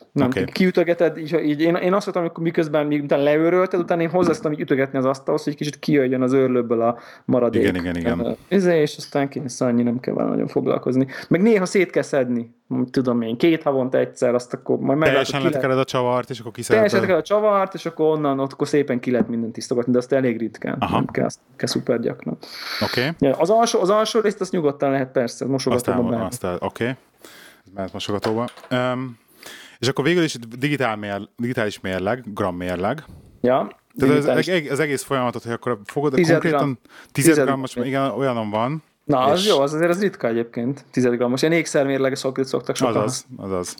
Nem, Oké. kiütögeted, így én azt mondtam, hogy miközben miután leőrölted, utána én hozzáztam így ütögetni az asztalhoz, hogy kicsit kijöjjön az őrlőből a maradék. Igen. És aztán kész, annyi nem kell vele nagyon foglalkozni. Meg néha szét kell szedni, tudom én, 2 havonta egyszer, azt akkor majd Teljesen letekered a csavart, és akkor kiszeded. teljesen letekered a csavart, és akkor onnan ott akkor szépen ki lehet mindent tisztogatni, de azt elég ritkán. Nem kell szuper gyakran. Oké. Ja, az alsó részt azt nyugodtan lehet persze, mosogatóban. Oké. Ez mehet mosogatóba. És akkor végül is digitális mérleg, grammérleg. Ja. Tehát az egész folyamatot, hogy akkor fogod 10 konkrétan 10 grammos, igen, olyanom van. Na, az jó, azért az ritka egyébként, 10 grammos. Ilyen ékszermérleg szoktak sokan. Azaz.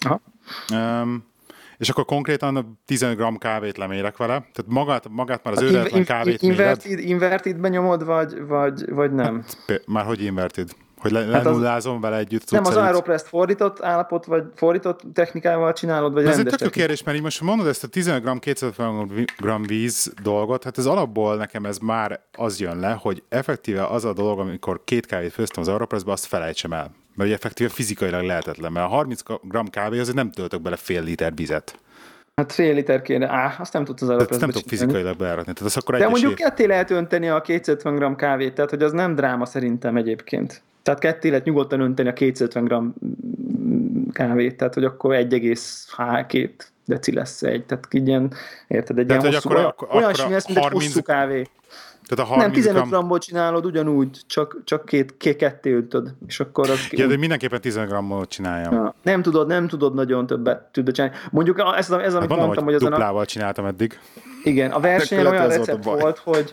És akkor konkrétan 15 gramm kávét lemérek vele, tehát magát már az őrületlen kávét méred. Invertidben nyomod, vagy nem? Hát, már hogy invertid? Hogy lenullázom vele együtt. Nem, az Aeropress-t fordított állapot, vagy fordított technikával csinálod, vagy rendes technikával? Ez egy tök kérdés, mert így most mondod ezt a 15 gramm, 250 gramm víz dolgot, hát ez alapból nekem ez már az jön le, hogy effektíve az a dolog, amikor 2 kávét főztem az Aeropressbe, azt felejtsem el. Mert ugye effektíve fizikailag lehetetlen, mert a 30 gramm kávé azért nem töltök bele fél liter vizet. Hát fél liter kéne, azt nem tudsz az Aeropressbe nem tudok fizikailag beáratni. Tehát az akkor de mondjuk ketté lehet önteni a 250 gramm kávét, tehát hogy az nem dráma szerintem egyébként. Tehát ketté lehet nyugodtan önteni a 250 gramm kávét, tehát hogy akkor 1,2 deci lesz egy, tehát így ilyen, érted, egy ilyen hosszú, olyan simű lesz, mint egy hosszú kávé. Tehát a nem, 15 gramból csinálod ugyanúgy, csak ketté öntöd, és akkor az... Ja, de mindenképpen 15 grammból csináljam. Ja, nem tudod nagyon többet tudod csinálni. Mondjuk ez amit mondtam, hogy azon duplával csináltam eddig. Igen, a versenyen olyan recept volt, hogy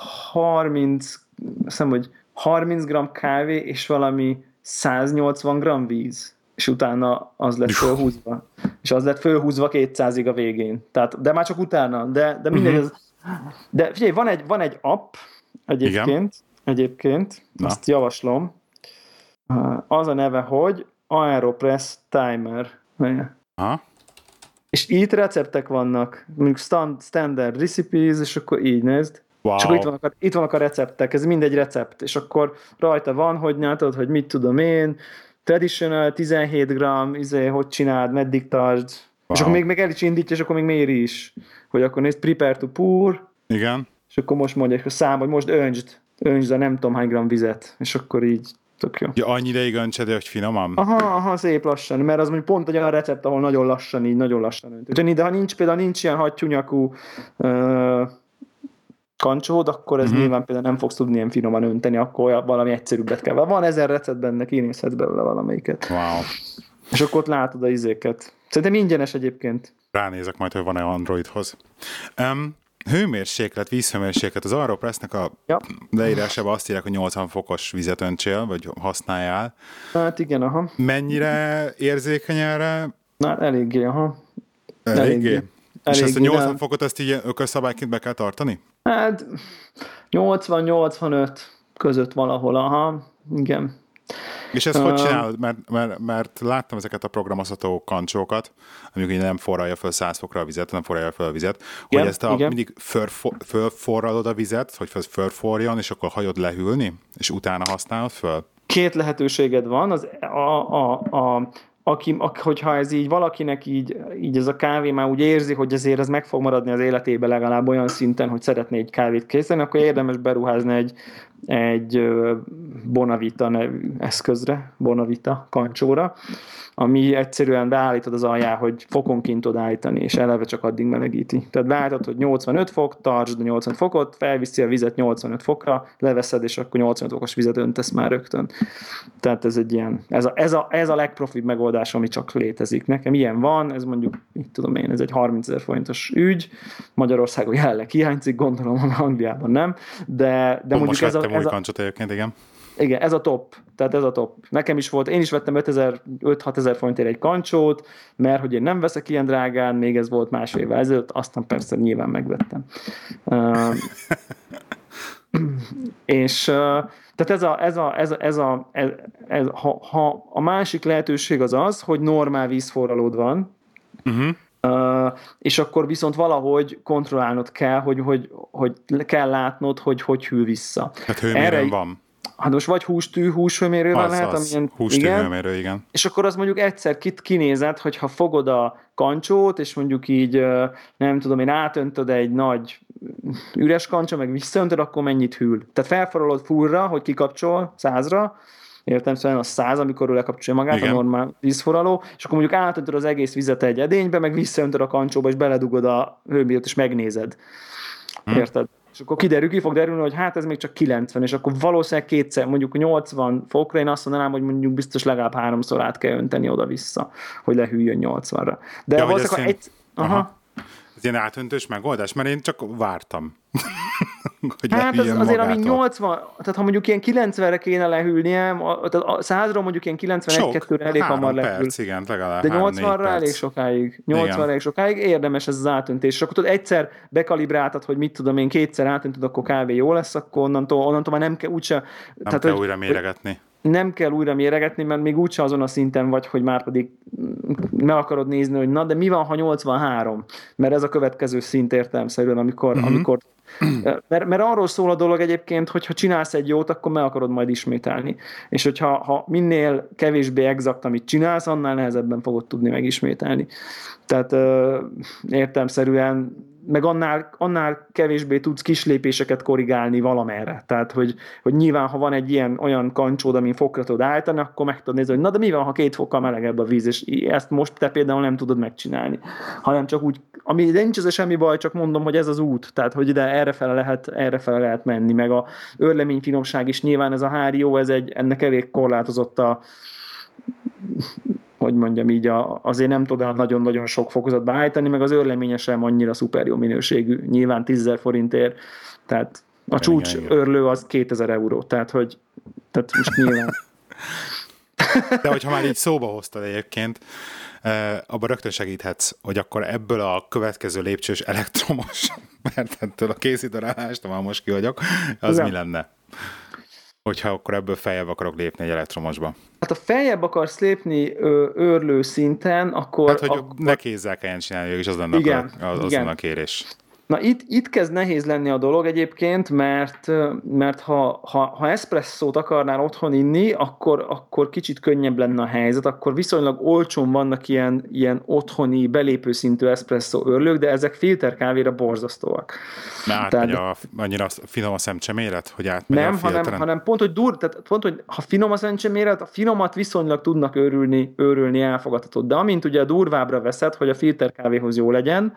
30 gram kávé és valami 180 gram víz, és utána az lett fölhúzva. És az lett fölhúzva 200-ig a végén. Tehát, de már csak utána. De mindegy, de figyelj, van egy app egyébként azt javaslom. Az a neve, hogy Aeropress Timer. Aha. És itt receptek vannak, mondjuk standard recipes, és akkor így nézd. Wow. És akkor itt vannak a receptek, ez mindegy recept, és akkor rajta van, hogy tudod, hogy mit tudom én, traditional, 17 gram, hogy csináld, meddig tartsd, és akkor még el is indítja, és akkor még méri is, hogy akkor nézd, prepare to pour, igen. És akkor most mondja, hogy hogy most öntsd a nem tudom hány gram vizet, és akkor így tök jó. Ja, annyi ideig öntsed, hogy finoman? Aha, szép lassan, mert az mondjuk pont egy olyan recept, ahol nagyon lassan öntött. De ha nincs ilyen hattyúnyakú kancsód, akkor ez nyilván például nem fogsz tudni ilyen finoman önteni, akkor valami egyszerűbbet kell. Van 1000 recept benne, kinézhetsz belőle valamelyiket. Wow. És akkor ott látod a izéket. Szerintem ingyenes egyébként. Ránézek majd, hogy van-e Androidhoz. Hőmérséklet, vízhőmérséklet. Az Aeropressnek a leírásában azt írják, hogy 80 fokos vizet öntsél, vagy használjál. Hát igen, aha. Mennyire érzékeny erre? Na, eléggé, aha. Eléggé. És ezt a 80 fokot ezt így ökölszabályként be kell tartani? Hát 80-85 között valahol, aha, igen. És ezt hogy csinálod? Mert láttam ezeket a programozható kancsókat, amikor nem forralja föl 100 fokra a vizet, nem forralja föl a vizet, hogy ezt mindig fölforralod a vizet, hogy fölforrjon, és akkor hagyod lehűlni, és utána használod föl? 2 lehetőséged van. Hogyha ez így valakinek így ez a kávé már úgy érzi, hogy azért ez meg fog maradni az életében legalább olyan szinten, hogy szeretné egy kávét készíteni, akkor érdemes beruházni egy Bonavita nevű eszközre, Bonavita kancsóra, ami egyszerűen beállítod az alján, hogy fokonként tud állítani, és eleve csak addig melegíti. Tehát beállítod, hogy 85 fok, tartsd a 85 fokot, felviszi a vizet 85 fokra, leveszed, és akkor 85 fokos vizet öntesz már rögtön. Tehát ez egy ilyen, ez a legprofibb megoldás, ami csak létezik. Nekem ilyen van, ez mondjuk, mit tudom én, ez egy 30 000 forintos ügy, Magyarországon jelenleg hiányzik, gondolom, Angliában nem, de mondjuk ez a kancsot egyébként, igen. Igen, ez a top. Tehát ez a top. Nekem is volt, én is vettem 5-6 ezer forintért egy kancsót, mert hogy én nem veszek ilyen drágán, még ez volt másfél évvel ezelőtt, aztán persze nyilván megvettem. És tehát ha a másik lehetőség az, hogy normál vízforralód van, és akkor viszont valahogy kontrollálnod kell, hogy kell látnod, hogy hűl vissza. Hát hőmérőn van. Hát most vagy húshőmérővel lehet, amilyen... hústűhőmérő, igen. És akkor az mondjuk egyszer kinézed, hogyha fogod a kancsót, és mondjuk így, nem tudom én, átöntöd egy nagy üres kancsó, meg visszaöntöd, akkor mennyit hűl. Tehát felforolod fullra, hogy kikapcsol 100-ra, értem, szóval az 100, amikor ő lekapcsolja magát, igen, a normál vízforraló, és akkor mondjuk átöntöd az egész vizet egy edénybe, meg visszaöntöd a kancsóba, és beledugod a hőmérőt, és megnézed. Érted? És akkor ki fog derülni, hogy hát ez még csak 90, és akkor valószínűleg kétszer, mondjuk 80 fokra, én azt mondanám, hogy mondjuk biztos legalább 3-szor át kell önteni oda-vissza, hogy lehűljön 80-ra. De ja, valószínűleg ez ilyen átöntős megoldás, mert én csak vártam. Hogy hát az azért, ami 80, tehát ha mondjuk ilyen 90-re kéne lehűlnie, tehát a 100-ról mondjuk ilyen 91-2-re elég hamar lehűl. Perc, igen, legalább de 80-ra elég sokáig. 80-ra elég sokáig érdemes ez az átöntés. És akkor tudod, egyszer bekalibráltad, hogy mit tudom én, kétszer átöntöd, akkor kb. Jó lesz, akkor onnantól már nem kell úgyse... Nem kell újra méregetni. Nem kell újra méregetni, mert még úgyse azon a szinten vagy, hogy már pedig meg akarod nézni, hogy na, de mi van, ha 83? Mert ez a következő szint értelemszerűen, amikor mert arról szól a dolog egyébként, hogy ha csinálsz egy jót, akkor meg akarod majd ismételni. És hogyha minél kevésbé exakt, amit csinálsz, annál nehezebben fogod tudni megismételni. Tehát értelemszerűen meg annál kevésbé tudsz kis lépéseket korrigálni valamerre. Tehát, hogy nyilván, ha van egy olyan kancsód, amin fokra tudod állítani, akkor meg tudod nézni, hogy na, de mi van, ha 2 fokkal melegebb a víz, és ezt most te például nem tudod megcsinálni. Hanem csak úgy, de nincs ez semmi baj, csak mondom, hogy ez az út. Tehát, hogy ide errefele lehet menni, meg a őrlemény finomság is nyilván ez a HRIO, ennek elég korlátozott hogy mondjam így, azért nem tud nagyon-nagyon sok fokozatba állítani, meg az őrleménye sem annyira szuper jó minőségű, nyilván 10 000 forintért, tehát a csúcs őrlő az 2000 euró, tehát most nyilván. De hogyha már így szóba hoztad egyébként, abban rögtön segíthetsz, hogy akkor ebből a következő lépcsős elektromos, mert ettől a készítőrállást, már most ki vagyok, az mi lenne? Hogyha akkor ebből feljebb akarok lépni egy elektromosba. Hát ha feljebb akarsz lépni őrlő szinten, akkor... Hát, hogy ne kézzel kelljen csinálni, és az lenne a kérés. Na itt kezd nehéz lenni a dolog egyébként, mert ha eszpresszót akarnál otthon inni, akkor kicsit könnyebb lenne a helyzet, akkor viszonylag olcsón vannak ilyen otthoni belépőszintű eszpresszó őrlők, de ezek filterkávéra borzasztóak. Annyira finom a szemcseméret, hogy átmegy a filteren? Nem, hanem pont, hogy ha finom a szemcseméret, a finomat viszonylag tudnak őrülni elfogadható. De amint ugye a durvábbra veszed, hogy a filterkávéhoz jó legyen,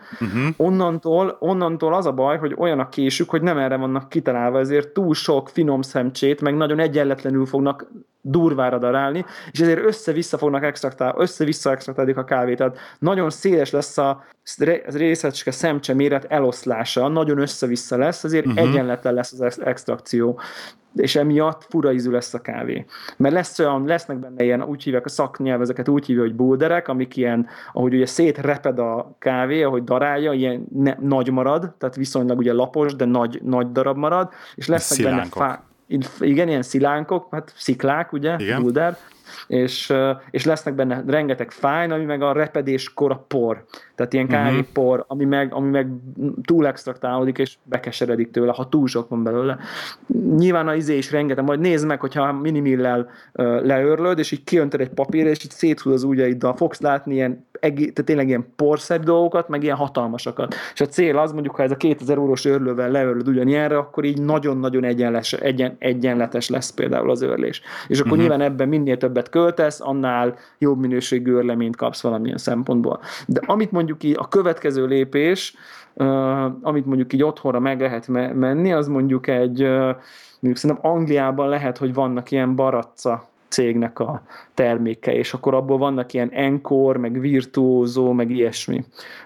onnantól az a baj, hogy olyan a késük, hogy nem erre vannak kitalálva, ezért túl sok finom szemcsét, meg nagyon egyenletlenül fognak durvára darálni, és ezért össze-vissza extraktálják a kávét. Tehát nagyon széles lesz a részecske szemcse méret eloszlása, nagyon össze-vissza lesz, ezért egyenletlen lesz az extrakció. És emiatt fura ízű lesz a kávé. Mert lesznek benne ilyen, úgy hívják a szaknyelvezeket, úgy hívja, hogy boulderek, amik ilyen, ahogy ugye szétreped a kávé, ahogy darálja, ilyen nagy marad, tehát viszonylag ugye lapos, de nagy darab marad, és lesznek benne igen, ilyen szilánkok, hát sziklák, ugye, boulder, és lesznek benne rengeteg fájn, ami meg a repedéskor a por. Tehát ilyen kávépor, ami meg túl extraktálódik, és bekeseredik tőle, ha túl sok van belőle. Nyilván a izé is rengeteg, majd nézd meg, hogyha minimillel leörlöd, és így kiöntöd egy papírra, és így széthúz az ujjaiddal, fogsz látni tehát tényleg ilyen porszerű dolgokat, meg ilyen hatalmasakat. És a cél az, mondjuk, ha ez a 2000 eurós őrlővel leörlöd ugyanilyenre, akkor így nagyon-nagyon egyenletes lesz például az őrlés. És akkor nyilván ebben minél többet költesz, annál jobb minőségű őrleményt kapsz valamilyen szempontból. De amit mondjuk így a következő lépés, amit mondjuk így otthonra meg lehet menni, az mondjuk mondjuk szerintem Angliában lehet, hogy vannak ilyen Baratza cégnek a terméke, és akkor abból vannak ilyen Encore, meg Virtuoso, meg ilyesmi,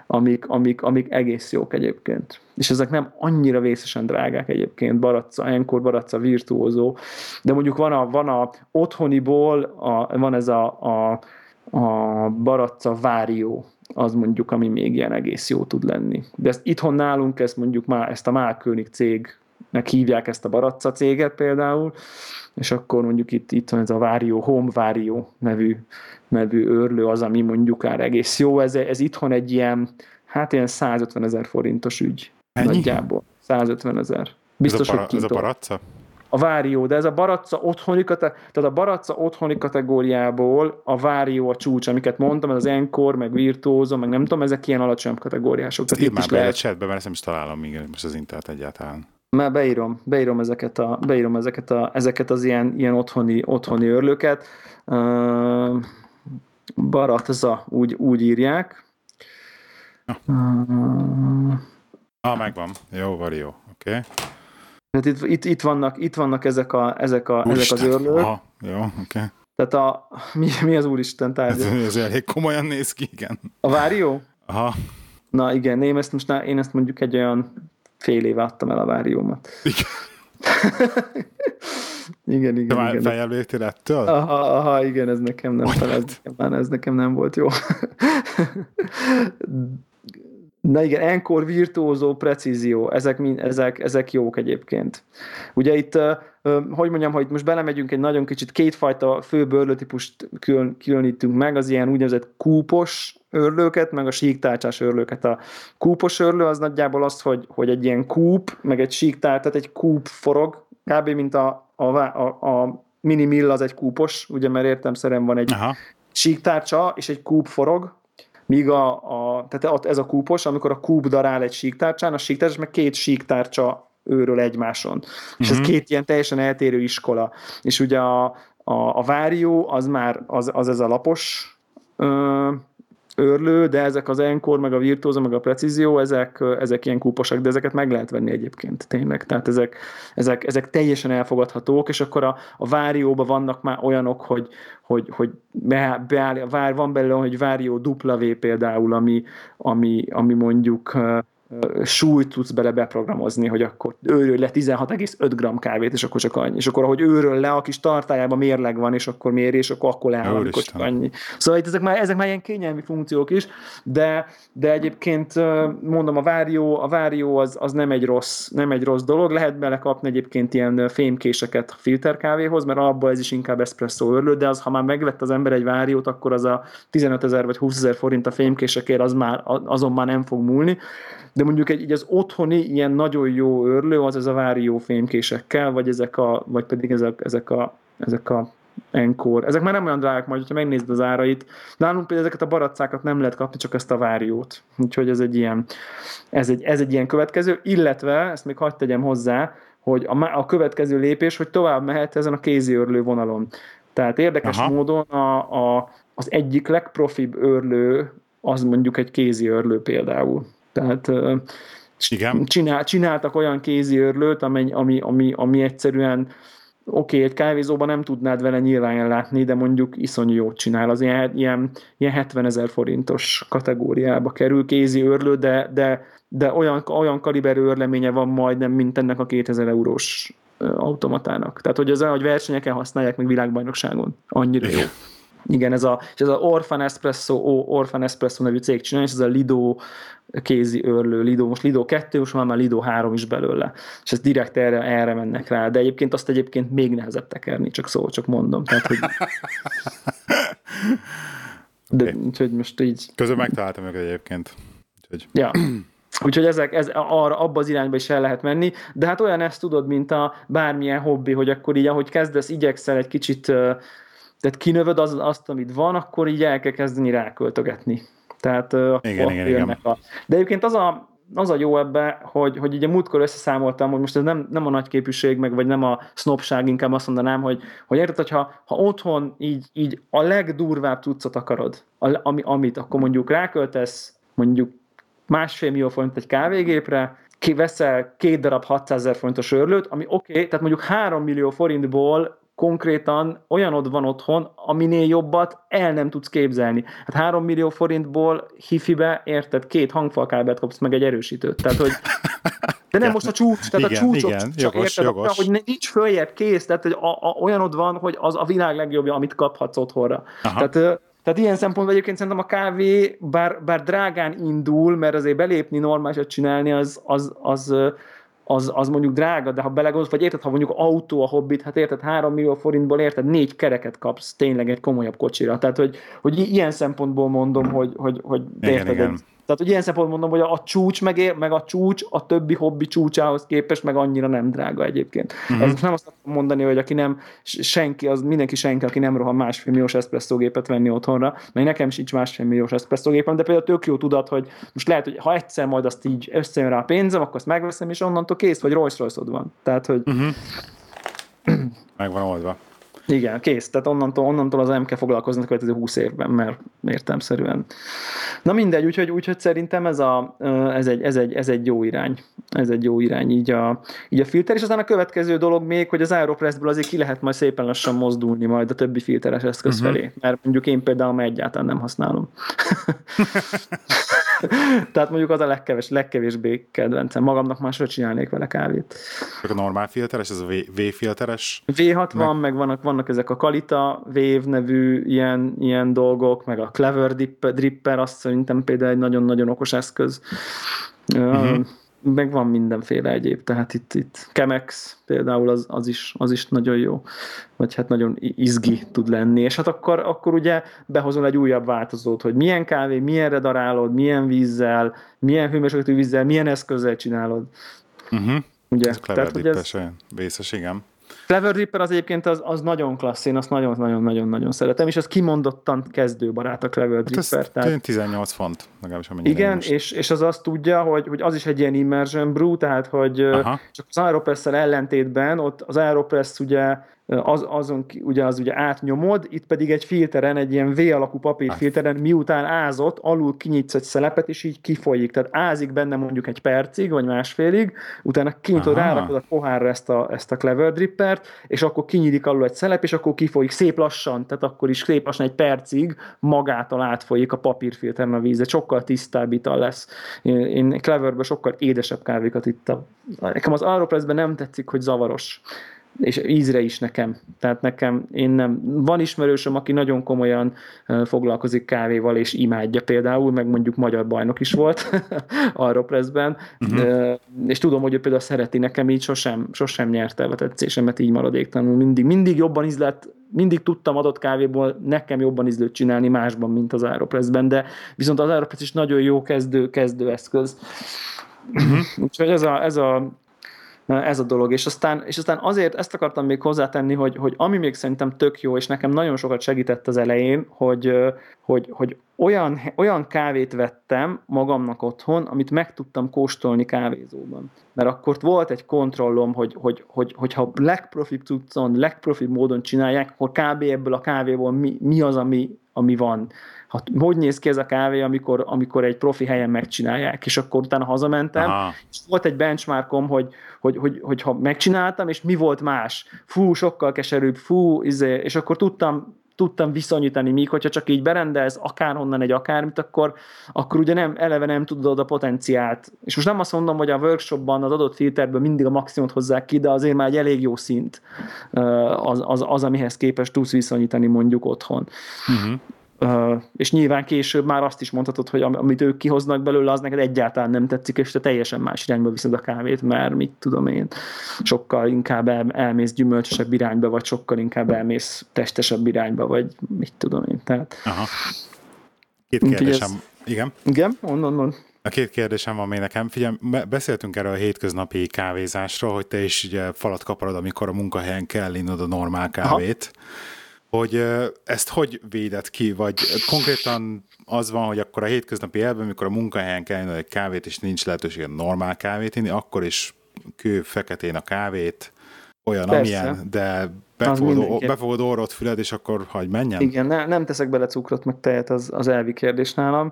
amik egész jók egyébként. És ezek nem annyira vészesen drágák egyébként, Baratza, Encore, Baratza, Virtuoso, de mondjuk van a otthoniból, van ez a Baratza Vario, az mondjuk, ami még ilyen egész jó tud lenni. De ezt itthon nálunk, ezt a Málkönig cégnek hívják ezt a Baratza céget például, és akkor mondjuk itt van ez a Vario, Home Vario nevű őrlő az, ami mondjuk egész jó. Ez itthon egy ilyen 150 000 forintos ügy. Ennyi? Nagyjából. 150 000. Biztos, hogy ez a Baratza? a Vario, de ez a Barazza otthoni kategóriából a Vario a csúcs, amiket mondtam, ez az Encore, meg Virtuoso, meg nem tudom, ezek ilyen alacsonyabb kategóriások. Írd már be a chatbe, mert ezt nem is találom még most az Intelt egyáltalán. Már beírom ezeket az ilyen otthoni örlőket. Barazza, úgy írják. Megvan. Jó, Vario. Oké. Tehát itt vannak ezek az örlők. Aha, jó, oké. Tehát mi az Úristen tárgya? Ez elég komolyan néz ki, igen. A Vario? Aha. Na igen, én ezt mondjuk egy olyan fél éve adtam el a Variómat. Igen. Te már feljelöltél ettől? Aha, igen, ez nekem nem volt jó. Na igen, Encore, Virtuoso, Precision, ezek jók egyébként. Ugye itt, hogy mondjam, ha itt most belemegyünk egy nagyon kicsit, kétfajta fő örlőtípust különítünk meg, az ilyen úgynevezett kúpos örlőket, meg a síktárcsás örlőket. A kúpos örlő az nagyjából az, hogy egy ilyen kúp, meg egy síktár, tehát egy kúp forog, kb. Mint a mini mill az egy kúpos, ugye, mert értelemszerűen van egy síktárcsa, és egy kúp forog, míg tehát ez a kúpos, amikor a kúp darál egy síktárcsán, a síktárcsás meg két síktárcsa őröl egymáson. És ez két ilyen teljesen eltérő iskola. És ugye a Vario az már az ez a lapos örlő, de ezek az Encore, meg a Virtuoso, meg a Precision, ezek ilyen kúposak, de ezeket meg lehet venni egyébként, tényleg. Tehát ezek teljesen elfogadhatók, és akkor a Vario-ban vannak már olyanok, hogy van belőle, hogy Vario W például, ami mondjuk súlyt tudsz beprogramozni, hogy akkor őröl le 16,5 g kávét, és akkor csak annyi. És akkor, ahogy őröl le, a kis tartályában mérleg van, és akkor méri, és akkor leáll, amikor csak annyi. Szóval itt ezek már ilyen kényelmi funkciók is, de egyébként mondom, a Vario az nem egy rossz dolog. Lehet bele kapni egyébként ilyen fémkéseket filterkávéhoz, mert abból ez is inkább espresso örlő, de ha már megvett az ember egy Variót, akkor az a 15 000 vagy 20 000 forint a fémkésekért, azon már nem fog múlni. De mondjuk így az otthoni ilyen nagyon jó örlő az ez a Vario fémkésekkel, vagy pedig ezek a Encore. Ezek már nem olyan drágák, majd, hogyha megnézed az árait. Nálunk például ezeket a baracákat nem lehet kapni, csak ezt a Variót. Úgyhogy ez egy ilyen következő, illetve, ezt még hadd tegyem hozzá, hogy a következő lépés, hogy tovább mehet ezen a kézi örlő vonalon. Tehát érdekes módon az egyik legprofibb örlő az mondjuk egy kézi örlő például. Tehát csináltak olyan kézi örlőt, ami egyszerűen egy kávézóban nem tudnád vele nyilván ellátni, de mondjuk iszonyú jót csinál. Az ilyen 70 000 forintos kategóriába kerül kézi örlő, de olyan kaliberű örleménye van majdnem, mint ennek a 2000 eurós automatának. Tehát, hogy hogy versenyeken használják meg világbajnokságon. Annyira jó. Igen, ez az Orphan Espresso nevű cég csinálja, és ez a Lido kézi örlő, most Lido 2, most már Lido 3 is belőle. És ez direkt erre mennek rá, de egyébként még nehezebb tekerni, csak mondom. Tehát, hogy... De úgyhogy most így... Közben megtaláltam őket egyébként. Úgyhogy... Ja. Úgyhogy abba az irányba is el lehet menni, de hát olyan ezt tudod, mint a bármilyen hobbi, hogy akkor így, ahogy kezdesz, igyekszel egy kicsit, tehát kinövöd azt, amit van, akkor így el kell kezdeni ráköltögetni. Tehát igen. De egyébként az a jó ebbe, hogy így a múltkor összeszámoltam, hogy most ez nem a nagyképűség, vagy nem a sznobság, inkább azt mondanám, hogy érted, hogyha otthon így a legdurvább cuccot akarod, amit akkor mondjuk ráköltesz, mondjuk 1,5 millió forint egy kávégépre, veszel 2 darab 600 000 forintos örlőt, ami tehát mondjuk 3 millió forintból konkrétan olyanod van otthon, aminél jobbat el nem tudsz képzelni. Hát 3 millió forintból hifibe, érted, 2 hangfalkábelt kapsz meg egy erősítőt. Tehát, hogy de nem most a csúcs, tehát igen, a csúcsok csak jogos. hogy nincs följebb kész, tehát hogy olyanod van, hogy az a világ legjobbja, amit kaphatsz otthonra. Tehát ilyen szempontból egyébként szerintem a kávé, bár drágán indul, mert azért belépni, normálisat csinálni, az mondjuk drága, de ha belegondolsz, vagy érted, ha mondjuk autó a hobbit, hát érted, 3 millió forintból érted, 4 kereket kapsz tényleg egy komolyabb kocsira. Tehát, hogy ilyen szempontból mondom, hogy érted, igen. Tehát, hogy ilyen szempontból mondom, hogy a csúcs meg a csúcs a többi hobbi csúcsához képest meg annyira nem drága egyébként. Ez most nem azt akarom mondani, hogy aki nem, senki, aki nem rohan 1,5 milliós eszpresszógépet venni otthonra, meg nekem sincs 1,5 milliós eszpresszógépem, de például tök jó tudat, hogy most lehet, hogy ha egyszer majd azt így összejön rá a pénzem, akkor azt megveszem, és onnantól kész, vagy Rolls-Royce-od van. Tehát, hogy... Meg van oldva. Igen, kész. Tehát onnantól az nem kell foglalkozni a következő 20 évben, mert értelemszerűen. Na mindegy, úgyhogy szerintem ez egy jó irány. Ez egy jó irány így a filter, és aztán a következő dolog még, hogy az Aeropressből azért ki lehet majd szépen lassan mozdulni majd a többi filteres eszköz felé. Mert mondjuk én például egyáltalán nem használom. Tehát mondjuk az a legkevésbé kedvencem. Magamnak másra csinálnék vele kávét. A normál filteres, ez a V-filteres? V60, meg vannak ezek a Kalita Wave nevű ilyen dolgok, meg a Clever Dripper, azt szerintem például egy nagyon-nagyon okos eszköz. Meg van mindenféle egyéb, tehát itt Chemex például az is nagyon jó, vagy hát nagyon izgi tud lenni, és hát akkor ugye behozol egy újabb változót, hogy milyen kávé, milyenre darálod, milyen vízzel, milyen hőmérsékletű vízzel, milyen eszközzel csinálod. Ugye? Ez Clever Dripper-es olyan vészes, igen. Clever Dripper az egyébként az nagyon klassz, én azt nagyon-nagyon-nagyon szeretem, és ez kimondottan kezdőbarát a Clever Dripper. Tehát 18 font, legalábbis amennyire. Igen, és az azt tudja, hogy az is egy ilyen immersion brew, tehát hogy csak az Aeropress-szel ellentétben, ott az Aeropress ugye az ugye átnyomod, itt pedig egy filteren, egy ilyen V-alakú papírfilteren, miután ázott, alul kinyitsz egy szelepet, és így kifolyik. Tehát ázik benne mondjuk egy percig, vagy másfélig, utána kinyitod, rárakod a pohárra ezt a Clever Drippert, és akkor kinyílik alul egy szelep, és akkor kifolyik szép lassan, tehát akkor is szép lassan egy percig magától átfolyik a papírfilteren a víz, sokkal tisztább ital lesz. Én Cleverből sokkal édesebb kávékat ittam. Nekem az Aeropressben nem tetszik, hogy zavaros. És ízre is nekem. Tehát van ismerősöm, aki nagyon komolyan foglalkozik kávéval, és imádja például, meg mondjuk magyar bajnok is volt Aeropressben, és tudom, hogy ő például szereti, nekem így sosem nyerte el a tetszésemet így maradéktalanul. Mindig jobban ízlett, mindig tudtam adott kávéból nekem jobban ízlőt csinálni másban, mint az Aeropressben, de viszont az Aeropress is nagyon jó kezdő eszköz. Úgyhogy ez a dolog, és aztán azért ezt akartam még hozzátenni, hogy ami még szerintem tök jó, és nekem nagyon sokat segített az elején, hogy olyan kávét vettem magamnak otthon, amit meg tudtam kóstolni kávézóban. Mert akkor volt egy kontrollom, hogyha legprofibb cuccon, legprofibb módon csinálják, akkor kb. Ebből a kávéból mi az, ami van. Hogy néz ki ez a kávé, amikor egy profi helyen megcsinálják, és akkor utána hazamentem, és volt egy benchmarkom, hogy ha megcsináltam, és mi volt más. Sokkal keserűbb, és akkor tudtam viszonyítani, míg hogyha csak így berendelsz akárhonnan egy akármit, akkor ugye eleve nem tudod a potenciált. És most nem azt mondom, hogy a workshopban az adott filterből mindig a maximumot hozzák ki, de azért már egy elég jó szint az amihez képest tudsz viszonyítani mondjuk otthon. És nyilván később már azt is mondhatod, hogy amit ők kihoznak belőle, az neked egyáltalán nem tetszik, és te teljesen más irányba viszed a kávét, mert mit tudom én, sokkal inkább elmész gyümölcsösebb irányba, vagy sokkal inkább elmész testesebb irányba, vagy mit tudom én. Tehát... Két kérdésem. Igen? Igen? Mond. A két kérdésem van még nekem. Figyelj, beszéltünk erről a hétköznapi kávézásról, hogy te is ugye falat kaparod, amikor a munkahelyen kell innod a normál kávét. Hogy ezt hogy véded ki, vagy konkrétan az van, hogy akkor a hétköznapi elben, amikor a munkahelyen kell innod egy kávét, és nincs lehetőség normál kávét inni, akkor is kő feketén a kávét, olyan, persze, amilyen, de befogod orrod, füled, és akkor hagyj menjen? Igen, nem teszek bele cukrot, meg tejet, az elvi kérdés nálam.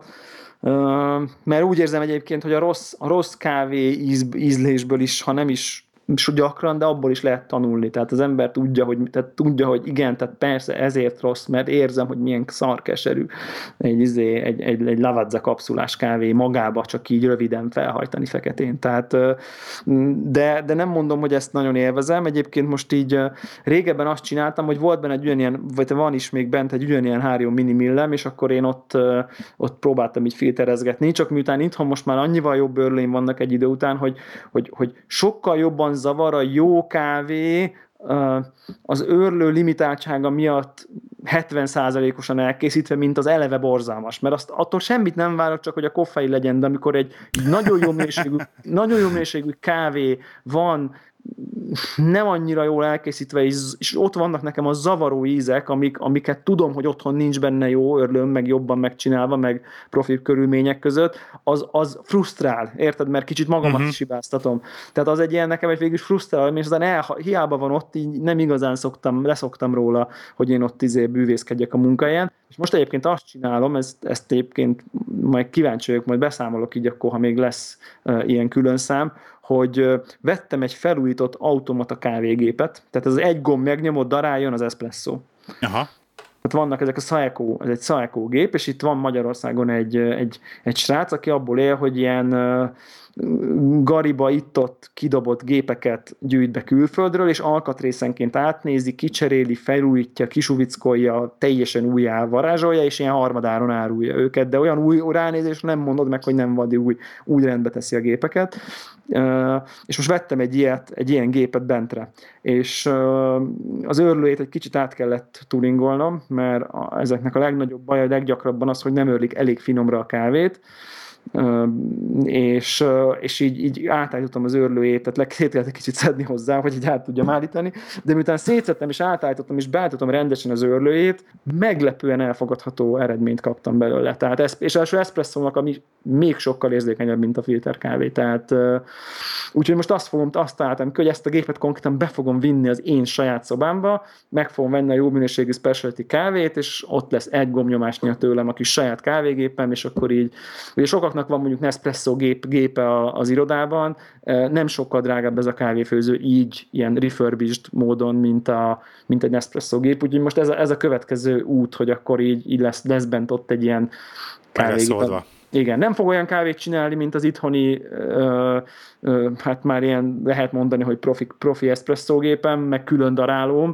Mert úgy érzem egyébként, hogy a rossz kávé ízlésből is, ha nem is gyakran, de abból is lehet tanulni. Tehát az ember tudja, hogy igen, tehát persze ezért rossz, mert érzem, hogy milyen szarkeserű egy Lavazza kapszulás kávé magába csak így röviden felhajtani feketén. Tehát, de nem mondom, hogy ezt nagyon élvezem. Egyébként most így régebben azt csináltam, hogy volt benne egy ugyanilyen, vagy van is még bent egy ugyanilyen Hario Mini Millem, és akkor én ott próbáltam így filterezgetni, csak miután itthon most már annyival jobb őrlőim vannak egy idő után, hogy sokkal jobban zavar a jó kávé az őrlő limitáltsága miatt 70%-osan elkészítve, mint az eleve borzalmas. Mert attól semmit nem várok, csak hogy a koffein legyen, de amikor egy nagyon jó minőségű kávé van, nem annyira jól elkészítve, és ott vannak nekem a zavaró ízek, amiket tudom, hogy otthon nincs benne jó örlöm, meg jobban megcsinálva, meg profi körülmények között, az frusztrál, érted? Mert kicsit magamat is hibáztatom. Tehát az egy ilyen nekem egy végül is frusztrál, és aztán hiába van ott, így nem igazán leszoktam róla, hogy én ott bűvészkedjek a munkáján. És most egyébként azt csinálom, ezt egyébként majd kíváncsi vagyok, majd beszámolok így akkor, ha még lesz ilyen külön szám, hogy vettem egy felújított automata kávégépet, tehát az egy gomb megnyomod, daráljon az espresso. Aha. Hát vannak ezek ez egy Saeco gép, és itt van Magyarországon egy srác, aki abból él, hogy ilyen gariba itt-ott kidobott gépeket gyűjt be külföldről, és alkatrészenként átnézi, kicseréli, felújítja, kisuvickolja, teljesen újjá varázsolja, és ilyen harmadáron árulja őket, de olyan új ránézés nem mondod meg, hogy nem vadi új, úgy rendbe teszi a gépeket. És most vettem egy ilyen gépet bentre, és az őrlőjét egy kicsit át kellett tuningolnom, mert ezeknek a legnagyobb baja, leggyakrabban az, hogy nem őrlik elég finomra a kávét, és így átállítottam az őrlőjét, tehát szét kellett egy kicsit szedni hozzá, hogy így át tudjam állítani, de miután szétszedtem és átállítottam és beállítottam rendesen az őrlőjét, meglepően elfogadható eredményt kaptam belőle. Tehát és első eszpresszónak, ami még sokkal érzékenyebb, mint a filterkávé. Tehát úgyhogy most azt találtam ki, hogy ezt a gépet konkrétan be fogom vinni az én saját szobámba, meg fogom venni a jó minőségű specialty kávét, és ott lesz egy gombnyomásnyira tőlem a kis saját kávégépem, és akkor így, ugye sokaknak van mondjuk Nespresso gépe az irodában, nem sokkal drágább ez a kávéfőző így, ilyen refurbished módon, mint egy Nespresso gép, úgyhogy most ez a következő út, hogy akkor így lesz bent ott egy ilyen kávégép. Igen, nem fog olyan kávét csinálni, mint az itthoni, hát már ilyen lehet mondani, hogy profi espresso gépem, meg külön darálóm,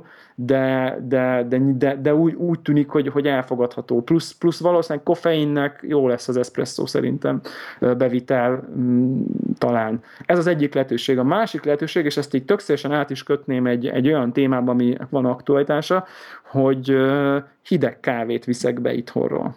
de úgy tűnik, hogy elfogadható. Plusz valószínűleg koffeinnek jó lesz az espresso szerintem bevitel talán. Ez az egyik lehetőség. A másik lehetőség, és ezt így tökéletesen át is kötném egy olyan témában, ami van aktualitása, hogy hideg kávét viszek be itthonról.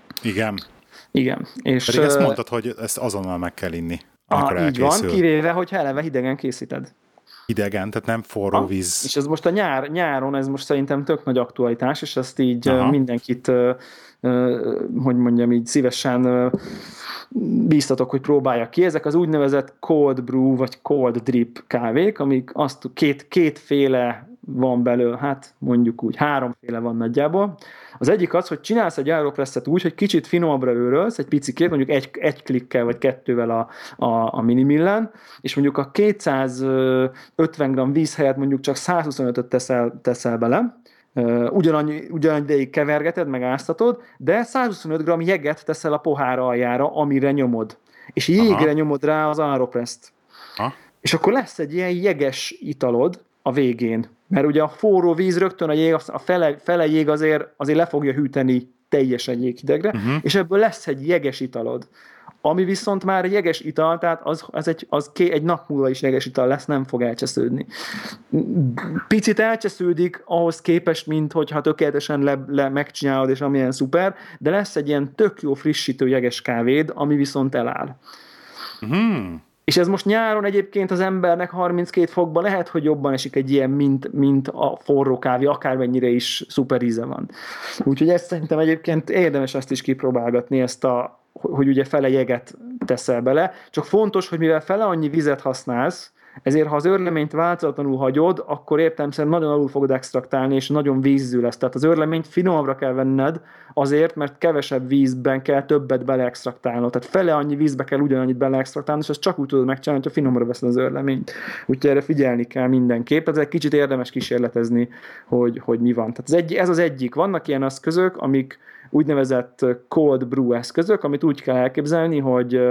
Igen. És pedig ezt mondtad, hogy ezt azonnal meg kell inni, amikor így van, kivéve, hogyha eleve hidegen készíted. Hidegen, tehát nem forró víz. És ez most a nyáron, ez most szerintem tök nagy aktualitás, és ezt így mindenkit, hogy mondjam, így szívesen bíztatok, hogy próbálják ki. Ezek az úgynevezett cold brew, vagy cold drip kávék, amik azt kétféle van belőle, hát mondjuk úgy, háromféle van nagyjából. Az egyik az, hogy csinálsz egy Aeropresszet úgy, hogy kicsit finomabbra őrölsz, egy picikét, mondjuk egy klikkel vagy kettővel a minimillen, és mondjuk a 250 g víz helyett mondjuk csak 125-öt teszel bele, ugyanannyi ideig kevergeted, meg áztatod, de 125 g jeget teszel a pohár aljára, amire nyomod. És jégre nyomod rá az Aeropresszt. És akkor lesz egy ilyen jeges italod a végén. Mert ugye a forró víz rögtön a fele jég azért le fogja hűteni teljesen jéghidegre, és ebből lesz egy jeges italod. Ami viszont már egy jeges ital, tehát az egy nap múlva is jeges ital lesz, nem fog elcsesződni. Picit elcsesződik ahhoz képest, mint hogyha tökéletesen megcsinálod, és amilyen szuper, de lesz egy ilyen tök jó frissítő jeges kávéd, ami viszont eláll. És ez most nyáron egyébként az embernek 32 fokban lehet, hogy jobban esik egy ilyen, mint a forró kávé, akármennyire is szuper íze van. Úgyhogy ezt szerintem egyébként érdemes ezt is kipróbálgatni, hogy ugye fele jeget teszel bele. Csak fontos, hogy mivel fele annyi vizet használsz, ezért ha az őrleményt változatlanul hagyod, akkor értelemszerűen nagyon alul fogod extraktálni, és nagyon vízzű lesz. Tehát az őrleményt finomabbra kell venned azért, mert kevesebb vízben kell többet beleextraktálnod. Tehát fele annyi vízbe kell ugyanannyit beleextraktálni, és ezt csak úgy tudod megcsinálni, hogyha finomra veszed az őrleményt. Úgyhogy erre figyelni kell mindenképp. Ez egy kicsit érdemes kísérletezni, hogy mi van. Tehát ez az egyik. Vannak ilyen eszközök, amik úgynevezett cold brew eszközök, amit úgy kell elképzelni,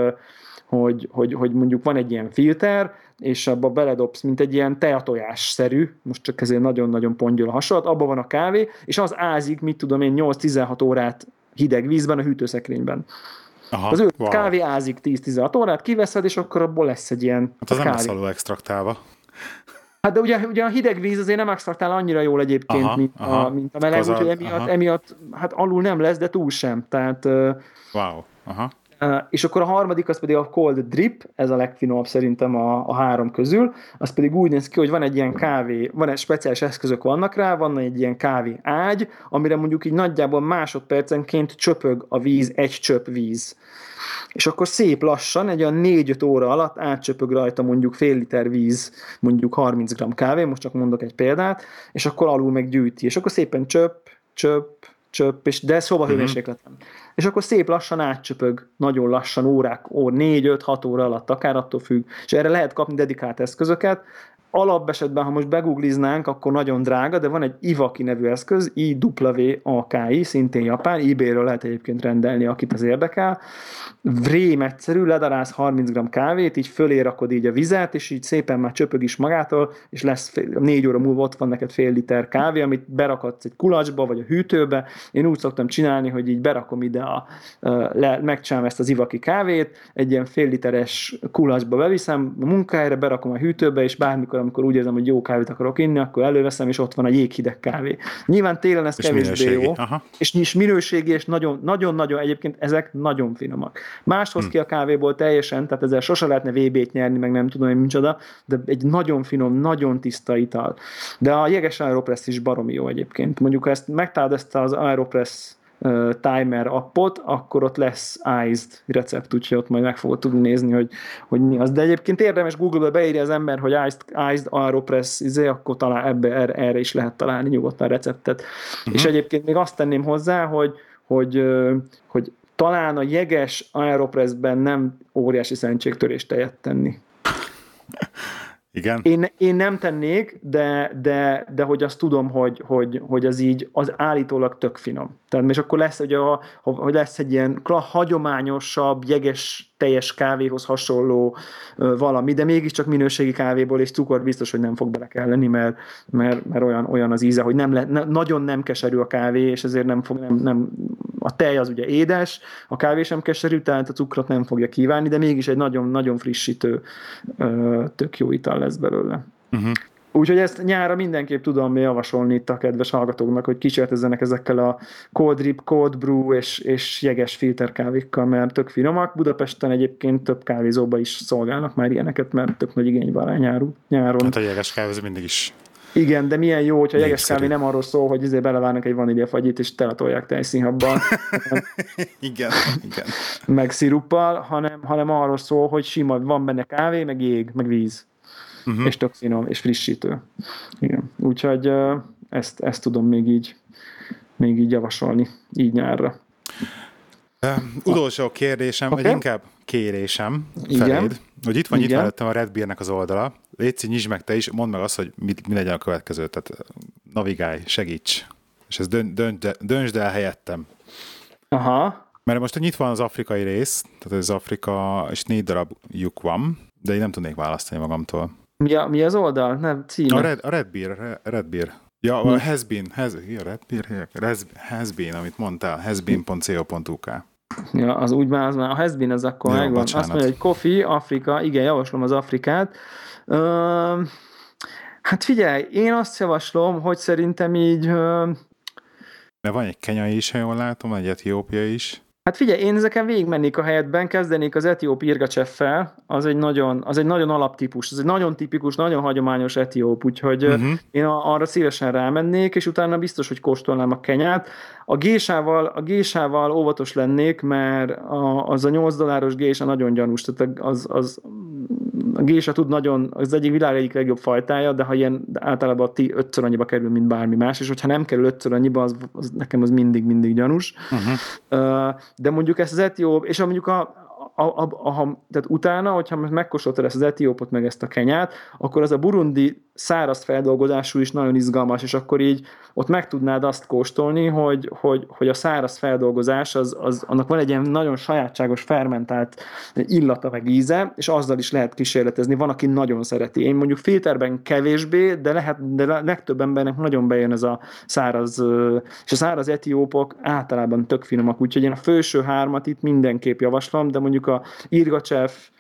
hogy mondjuk van egy ilyen filter, és abba beledobsz, mint egy ilyen teatojás-szerű, most csak ezért nagyon-nagyon pongyol a hasonlat, abban van a kávé, és az ázik, 8-16 órát hideg vízben a hűtőszekrényben. Az kávé ázik 10-16 órát, kiveszed, és akkor abból lesz egy ilyen hát az kávé. Nem lesz alul extraktálva. Hát de ugye a hideg víz azért nem extraktál annyira jól egyébként, Aha, aha. mint a meleg, Kazag, úgyhogy aha. emiatt hát alul nem lesz, de túl sem. Tehát, Wow, aha. és akkor a harmadik, az pedig a cold drip, ez a legfinomabb szerintem a három közül, az pedig úgy néz ki, hogy van egy ilyen kávé, van egy speciális eszközök vannak rá, van egy ilyen kávé ágy, amire mondjuk így nagyjából másodpercenként csöpög a víz, egy csöp víz. És akkor szép lassan, egy olyan 4-5 óra alatt átcsöpög rajta mondjuk fél liter víz, mondjuk 30 g kávé, most csak mondok egy példát, és akkor alul meg gyűjti. És akkor szépen csöpp, de szobahőmérsékleten. És akkor szép lassan átcsöpög, nagyon lassan, órák, 4-5-6 óra alatt, akár attól függ. És erre lehet kapni dedikált eszközöket. Alapesetben, ha most begoogliznánk, akkor nagyon drága, de van egy Iwaki nevű eszköz, IWAKI, szintén japán, eBay-ről lehet egyébként rendelni, akit az érdekel. Vrém egyszerű, ledarálsz 30 g kávét, így fölé rakod így a vizet, és így szépen már csöpög is magától, és lesz 4 óra múlva ott van neked fél liter kávé, amit berakadsz egy kulacsba, vagy a hűtőbe. Én úgy szoktam csinálni, hogy így berakom ide, megcsinálom ezt az Iwaki kávét, egy ilyen fél literes kulacsba beviszem a munkájára, berakom a hűtőbe, és bármikor, amikor úgy érzem, hogy jó kávét akarok inni, akkor előveszem, és ott van a jéghideg kávé. Nyilván télen ez kevésbé jó, és minőségi, és nagyon-nagyon egyébként ezek nagyon finomak. Más hoz ki a kávéból teljesen, tehát ezzel sose lehetne VB-t nyerni, meg nem tudom, hogy micsoda, de egy nagyon finom, nagyon tiszta ital. De a jeges Aeropress is baromi jó egyébként. Mondjuk, ha megtalálod ezt az Aeropress timer appot, akkor ott lesz iced recept, úgyhogy ott majd meg fogod tudni nézni, hogy mi az. De egyébként érdemes Google-be beírja az ember, hogy iced Aeropress, akkor talán erre is lehet találni nyugodtan receptet. És egyébként még azt tenném hozzá, hogy talán a jeges Aeropressben nem óriási szentségtörés tejet tenni. Igen. Én nem tennék, de hogy azt tudom, hogy az így, az állítólag tök finom. Tehát és akkor lesz, hogy lesz egy ilyen hagyományosabb, jeges, teljes kávéhoz hasonló valami, de mégiscsak minőségi kávéból, és cukor biztos, hogy nem fog bele kelleni, mert olyan az íze, hogy nagyon nem keserű a kávé, és ezért a tej az ugye édes, a kávé sem keserű, tehát a cukrot nem fogja kívánni, de mégis egy nagyon-nagyon frissítő, tök jó ital lesz belőle. Úgyhogy ezt nyára mindenképp tudom javasolni itt a kedves hallgatóknak, hogy kísérletezzenek ezekkel a cold drip, cold brew és jeges filterkávékkal, mert tök finomak. Budapesten egyébként több kávézóba is szolgálnak már ilyeneket, mert tök nagy igény van rá nyáron. Hát a jeges kávé az mindig is. Igen, de milyen jó, hogyha a jeges kávé nem arról szól, hogy belevárnak egy vaníliafagyit, és teletolják tejszínhabbal. igen. Meg sziruppal, hanem arról szól, hogy sima, van benne kávé, meg jég, meg víz. És tök finom, és frissítő. Igen. Úgyhogy ezt tudom még így javasolni, így nyárra. Utolsó kérdésem, vagy inkább kérésem feléd, hogy itt van nyitva előttem a Red Beer-nek az oldala. Léci, nyisd meg te is, mondd meg azt, hogy mi legyen a következő. Tehát navigálj, segíts. És ezt döntsd el helyettem. Aha. Mert most nyitva van az afrikai rész, tehát az Afrika, és 4 darab lyuk van, de én nem tudnék választani magamtól. Mi az oldal? Nem, címe. A Red Beer. Ja, a Has Been, amit mondtál, hasbeen.co.uk. Ja, az úgy már a Has Been az akkor megvan. Bocsánat. Azt mondja, hogy Coffee, Afrika, igen, javaslom az Afrikát. Hát figyelj, én azt javaslom, hogy szerintem így... Mert van egy kenyai is, ha jól látom, egy etiópia is. Hát figyelj, én ezeken végigmennék a helyetben, kezdenék az etióp irgaceffel, az egy nagyon alaptípus, ez egy nagyon tipikus, nagyon hagyományos etióp, úgyhogy én arra szívesen rámennék, és utána biztos, hogy kóstolnám a kenyát. A gésával óvatos lennék, mert az a $8 gésa nagyon gyanús, tehát a gésa tud az egyik világ egyik legjobb fajtája, de ha ilyen általában 5-ször annyiba kerül, mint bármi más, és hogyha nem kerül 5-ször annyiba, nekem az mindig gyanús. De mondjuk ezt az etióp, és mondjuk tehát utána, hogyha megkóstoltad ezt az etiópot, meg ezt a kenyát, akkor az a burundi száraz feldolgozású is nagyon izgalmas, és akkor így ott meg tudnád azt kóstolni, hogy a száraz feldolgozás, annak van egy ilyen nagyon sajátságos fermentált illata meg íze, és azzal is lehet kísérletezni. Van, aki nagyon szereti. Én mondjuk filterben kevésbé, de legtöbb embernek nagyon bejön ez a száraz, és a száraz etiópok általában tök finomak, úgyhogy én a felső 3 itt mindenképp javaslom, de mondjuk a irgacsef,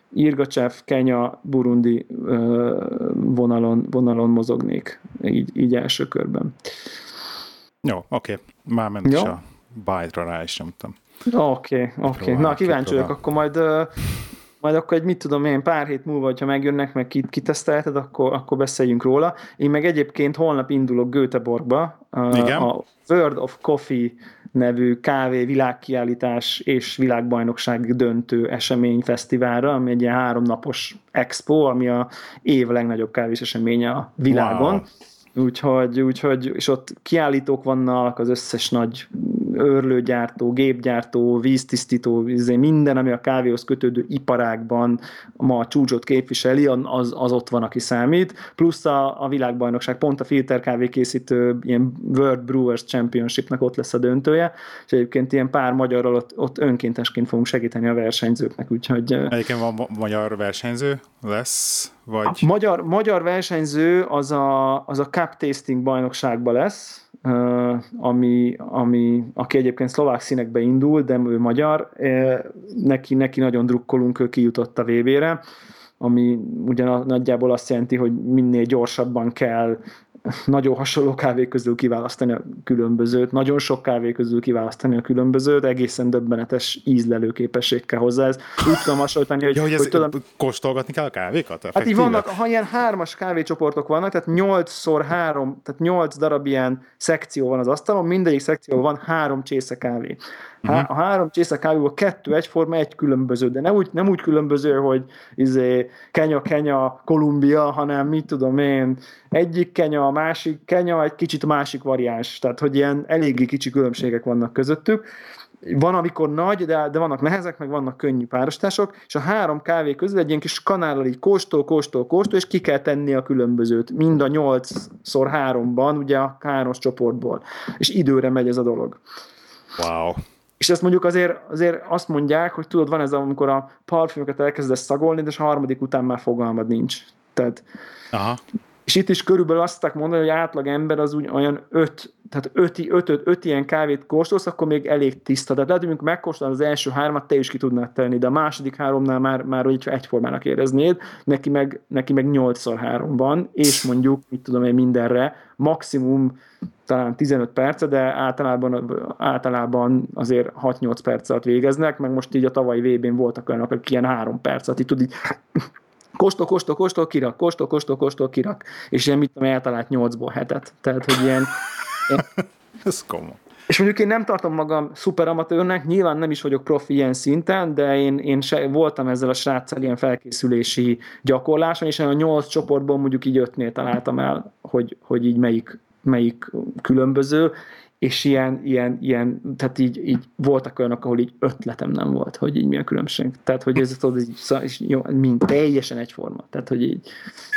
Irgacsev, Kenya, Burundi vonalon mozognék így első körben. Jó, oké. Már ment is a Byte-ra, rá is nyomtam. Oké. Na, kíváncsi vagyok, akkor majd akkor mit tudom én, pár hét múlva, hogyha megjönnek, meg kitesztelheted, akkor beszéljünk róla. Én meg egyébként holnap indulok Göteborgba, a World of Coffee nevű kávé világkiállítás és világbajnokság döntő esemény fesztiválra, ami egy ilyen 3 napos expo, ami a év legnagyobb kávés eseménye a világon. Wow. Úgyhogy, és ott kiállítók vannak, az összes nagy őrlőgyártó, gépgyártó, víztisztító, minden, ami a kávéhoz kötődő iparágban ma a csúcsot képviseli, az ott van, aki számít. Plusz a világbajnokság, pont a filterkávé készítő ilyen World Brewers Championshipnek ott lesz a döntője, és egyébként ilyen pár magyarral ott önkéntesként fogunk segíteni a versenyzőknek, úgyhogy... Egyébként van magyar versenyző lesz? Vagy... Magyar versenyző az a Cup Tasting bajnokságban lesz, aki egyébként szlovák színekbe indul, de ő magyar, neki nagyon drukkolunk, ő kijutott a VB-re, ami ugyan nagyjából azt jelenti, hogy minél gyorsabban kell nagyon hasonló kávé közül kiválasztani a különbözőt, nagyon sok kávé közül kiválasztani a különbözőt, egészen döbbenetes ízlelő képesség kell hozzá. Ez úgy tudom hasonlítani, hogy tudom, kóstolgatni kell a kávékat? Hát így vannak, ha ilyen 3-as kávécsoportok vannak, tehát 8x3, tehát 8 darab ilyen szekció van az asztalon, mindegyik szekcióban van 3 csésze kávé. A 3 csésze kávéból 2 egyforma, 1 különböző, de nem úgy különböző, hogy Kenya, Kolumbia, hanem mit tudom én, egyik Kenya, a másik Kenya, egy kicsit másik variáns, tehát hogy ilyen eléggé kicsi különbségek vannak közöttük. Van, amikor nagy, de vannak nehezek, meg vannak könnyű párosítások, és a 3 kávé közül egy ilyen kis kanállal így kóstol, és ki kell tenni a különbözőt. Mind a 8x3-ban, ugye a 3-as csoportból. És időre megy ez a dolog. Wow. És ezt mondjuk azért azt mondják, hogy tudod, van ez, amikor a parfümöket elkezdesz szagolni, de a 3. után már fogalmad nincs. Tehát, és itt is körülbelül azt szokták mondani, hogy átlag ember az úgy olyan 5 ilyen kávét kóstolsz, akkor még elég tiszta. Tehát lehet, hogy megkóstolod az első 3-at, te is ki tudnád tenni, de a második 3-nál már egyformának éreznéd, neki meg 8x3 van, és mondjuk, mit tudom én, mindenre, maximum talán 15 perce, de általában azért 6-8 perc alatt végeznek, meg most így a tavalyi VB-n voltak olyanok, akik ilyen 3 perc alatt, így tud így kóstol, kirak, és ilyen mit tudom, eltalált 8-ból 7-et. Tehát, hogy ilyen... Ez komoly. És mondjuk én nem tartom magam szuperamatőrnek, nyilván nem is vagyok profi ilyen szinten, de én voltam ezzel a sráccal ilyen felkészülési gyakorláson, és a 8 csoportból mondjuk így 5-nél találtam el, hogy így melyik különböző, és ilyen tehát így voltak olyanok, ahol így ötletem nem volt, hogy így mi a különbség. Tehát, hogy ez tudod, mind teljesen egyforma. Tehát, hogy így...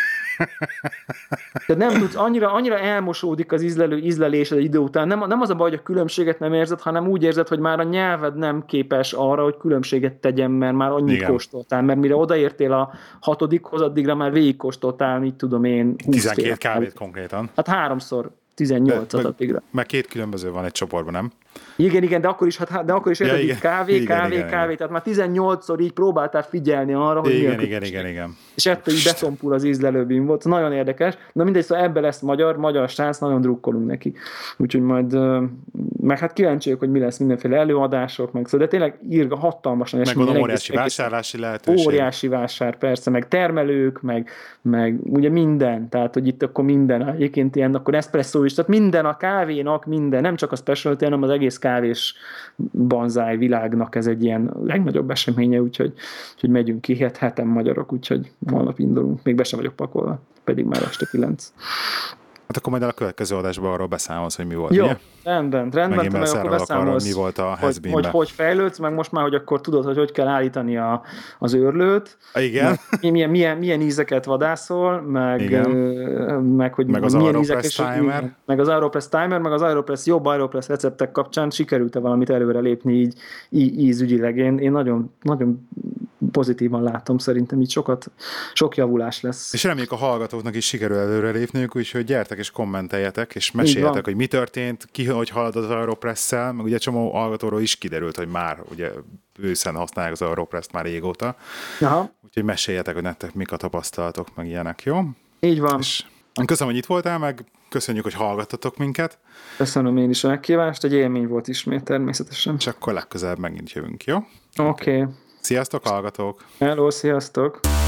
Tehát nem tudsz, annyira elmosódik az ízlelésed idő után. Nem az a baj, hogy a különbséget nem érzed, hanem úgy érzed, hogy már a nyelved nem képes arra, hogy különbséget tegyen, mert már annyit kóstoltál. Mert mire odaértél a 6-hoz, addigra már végigkóstoltál, mit tudom én, 12 kávét konkrétan. Hát 3-szor 18-at addigra. Meg 2 különböző van egy csoportban, nem? Igen, de akkor is érted, hogy kávé, tehát már 18-szor így próbáltál figyelni arra, hogy igen. És ettől így betompul az ízlelőbím volt. Nagyon érdekes. Na mindegy, szóval ebbe lesz magyar srác, nagyon drukkolunk neki. Úgyhogy majd, meg hát kíváncsiak, hogy mi lesz, mindenféle előadások, meg szóval, de tényleg hatalmasan. Meg gondolom óriási vásárlási lehetőség. Óriási vásár, persze, meg termelők, meg ugye minden, tehát hogy itt akkor minden, egyébként ilyen, akkor espresso is, tehát minden a kávénak, minden, nem csak a specialty, hanem az egész kávés banzáj világnak ez egy ilyen legnagyobb eseménye, úgyhogy megyünk ki, heten magyarok, úgyhogy holnap indulunk. Még be sem vagyok pakolva, pedig már este 9. Hát akkor majd a következő adásban arról beszámolsz, hogy mi volt. Jó, ugye? rendben, te meg akkor beszámolsz, mi volt a has-beenben. hogy fejlődsz, meg most már, hogy akkor tudod, hogy kell állítani az őrlőt. Igen. Milyen ízeket vadászol, meg hogy meg az milyen Aeropress Timer. Meg az Aeropress Timer, meg az jobb Aeropress receptek kapcsán sikerült-e valamit előre lépni így ízügyileg. Én nagyon, nagyon pozitívan látom, szerintem így sok javulás lesz. És reméljük a hallgatóknak is sikerül előrelépniük, úgyhogy gyertek és kommenteljetek, és meséljetek, hogy mi történt, ki hogy halad az Aeropress-szel, meg ugye csomó hallgatóról is kiderült, hogy már ugye őszen használják az Aeropress-t már régóta. Aha. Úgyhogy meséljetek, hogy nektek mik a tapasztalatok, meg ilyenek, jó? Így van. És köszönöm, hogy itt voltál, meg köszönjük, hogy hallgattatok minket. Köszönöm én is a megkívást, egy élmény volt ismét természetesen. És akkor legközelebb megint jövünk, jó? Oké. Sziasztok, hallgatók! Hello, sziasztok!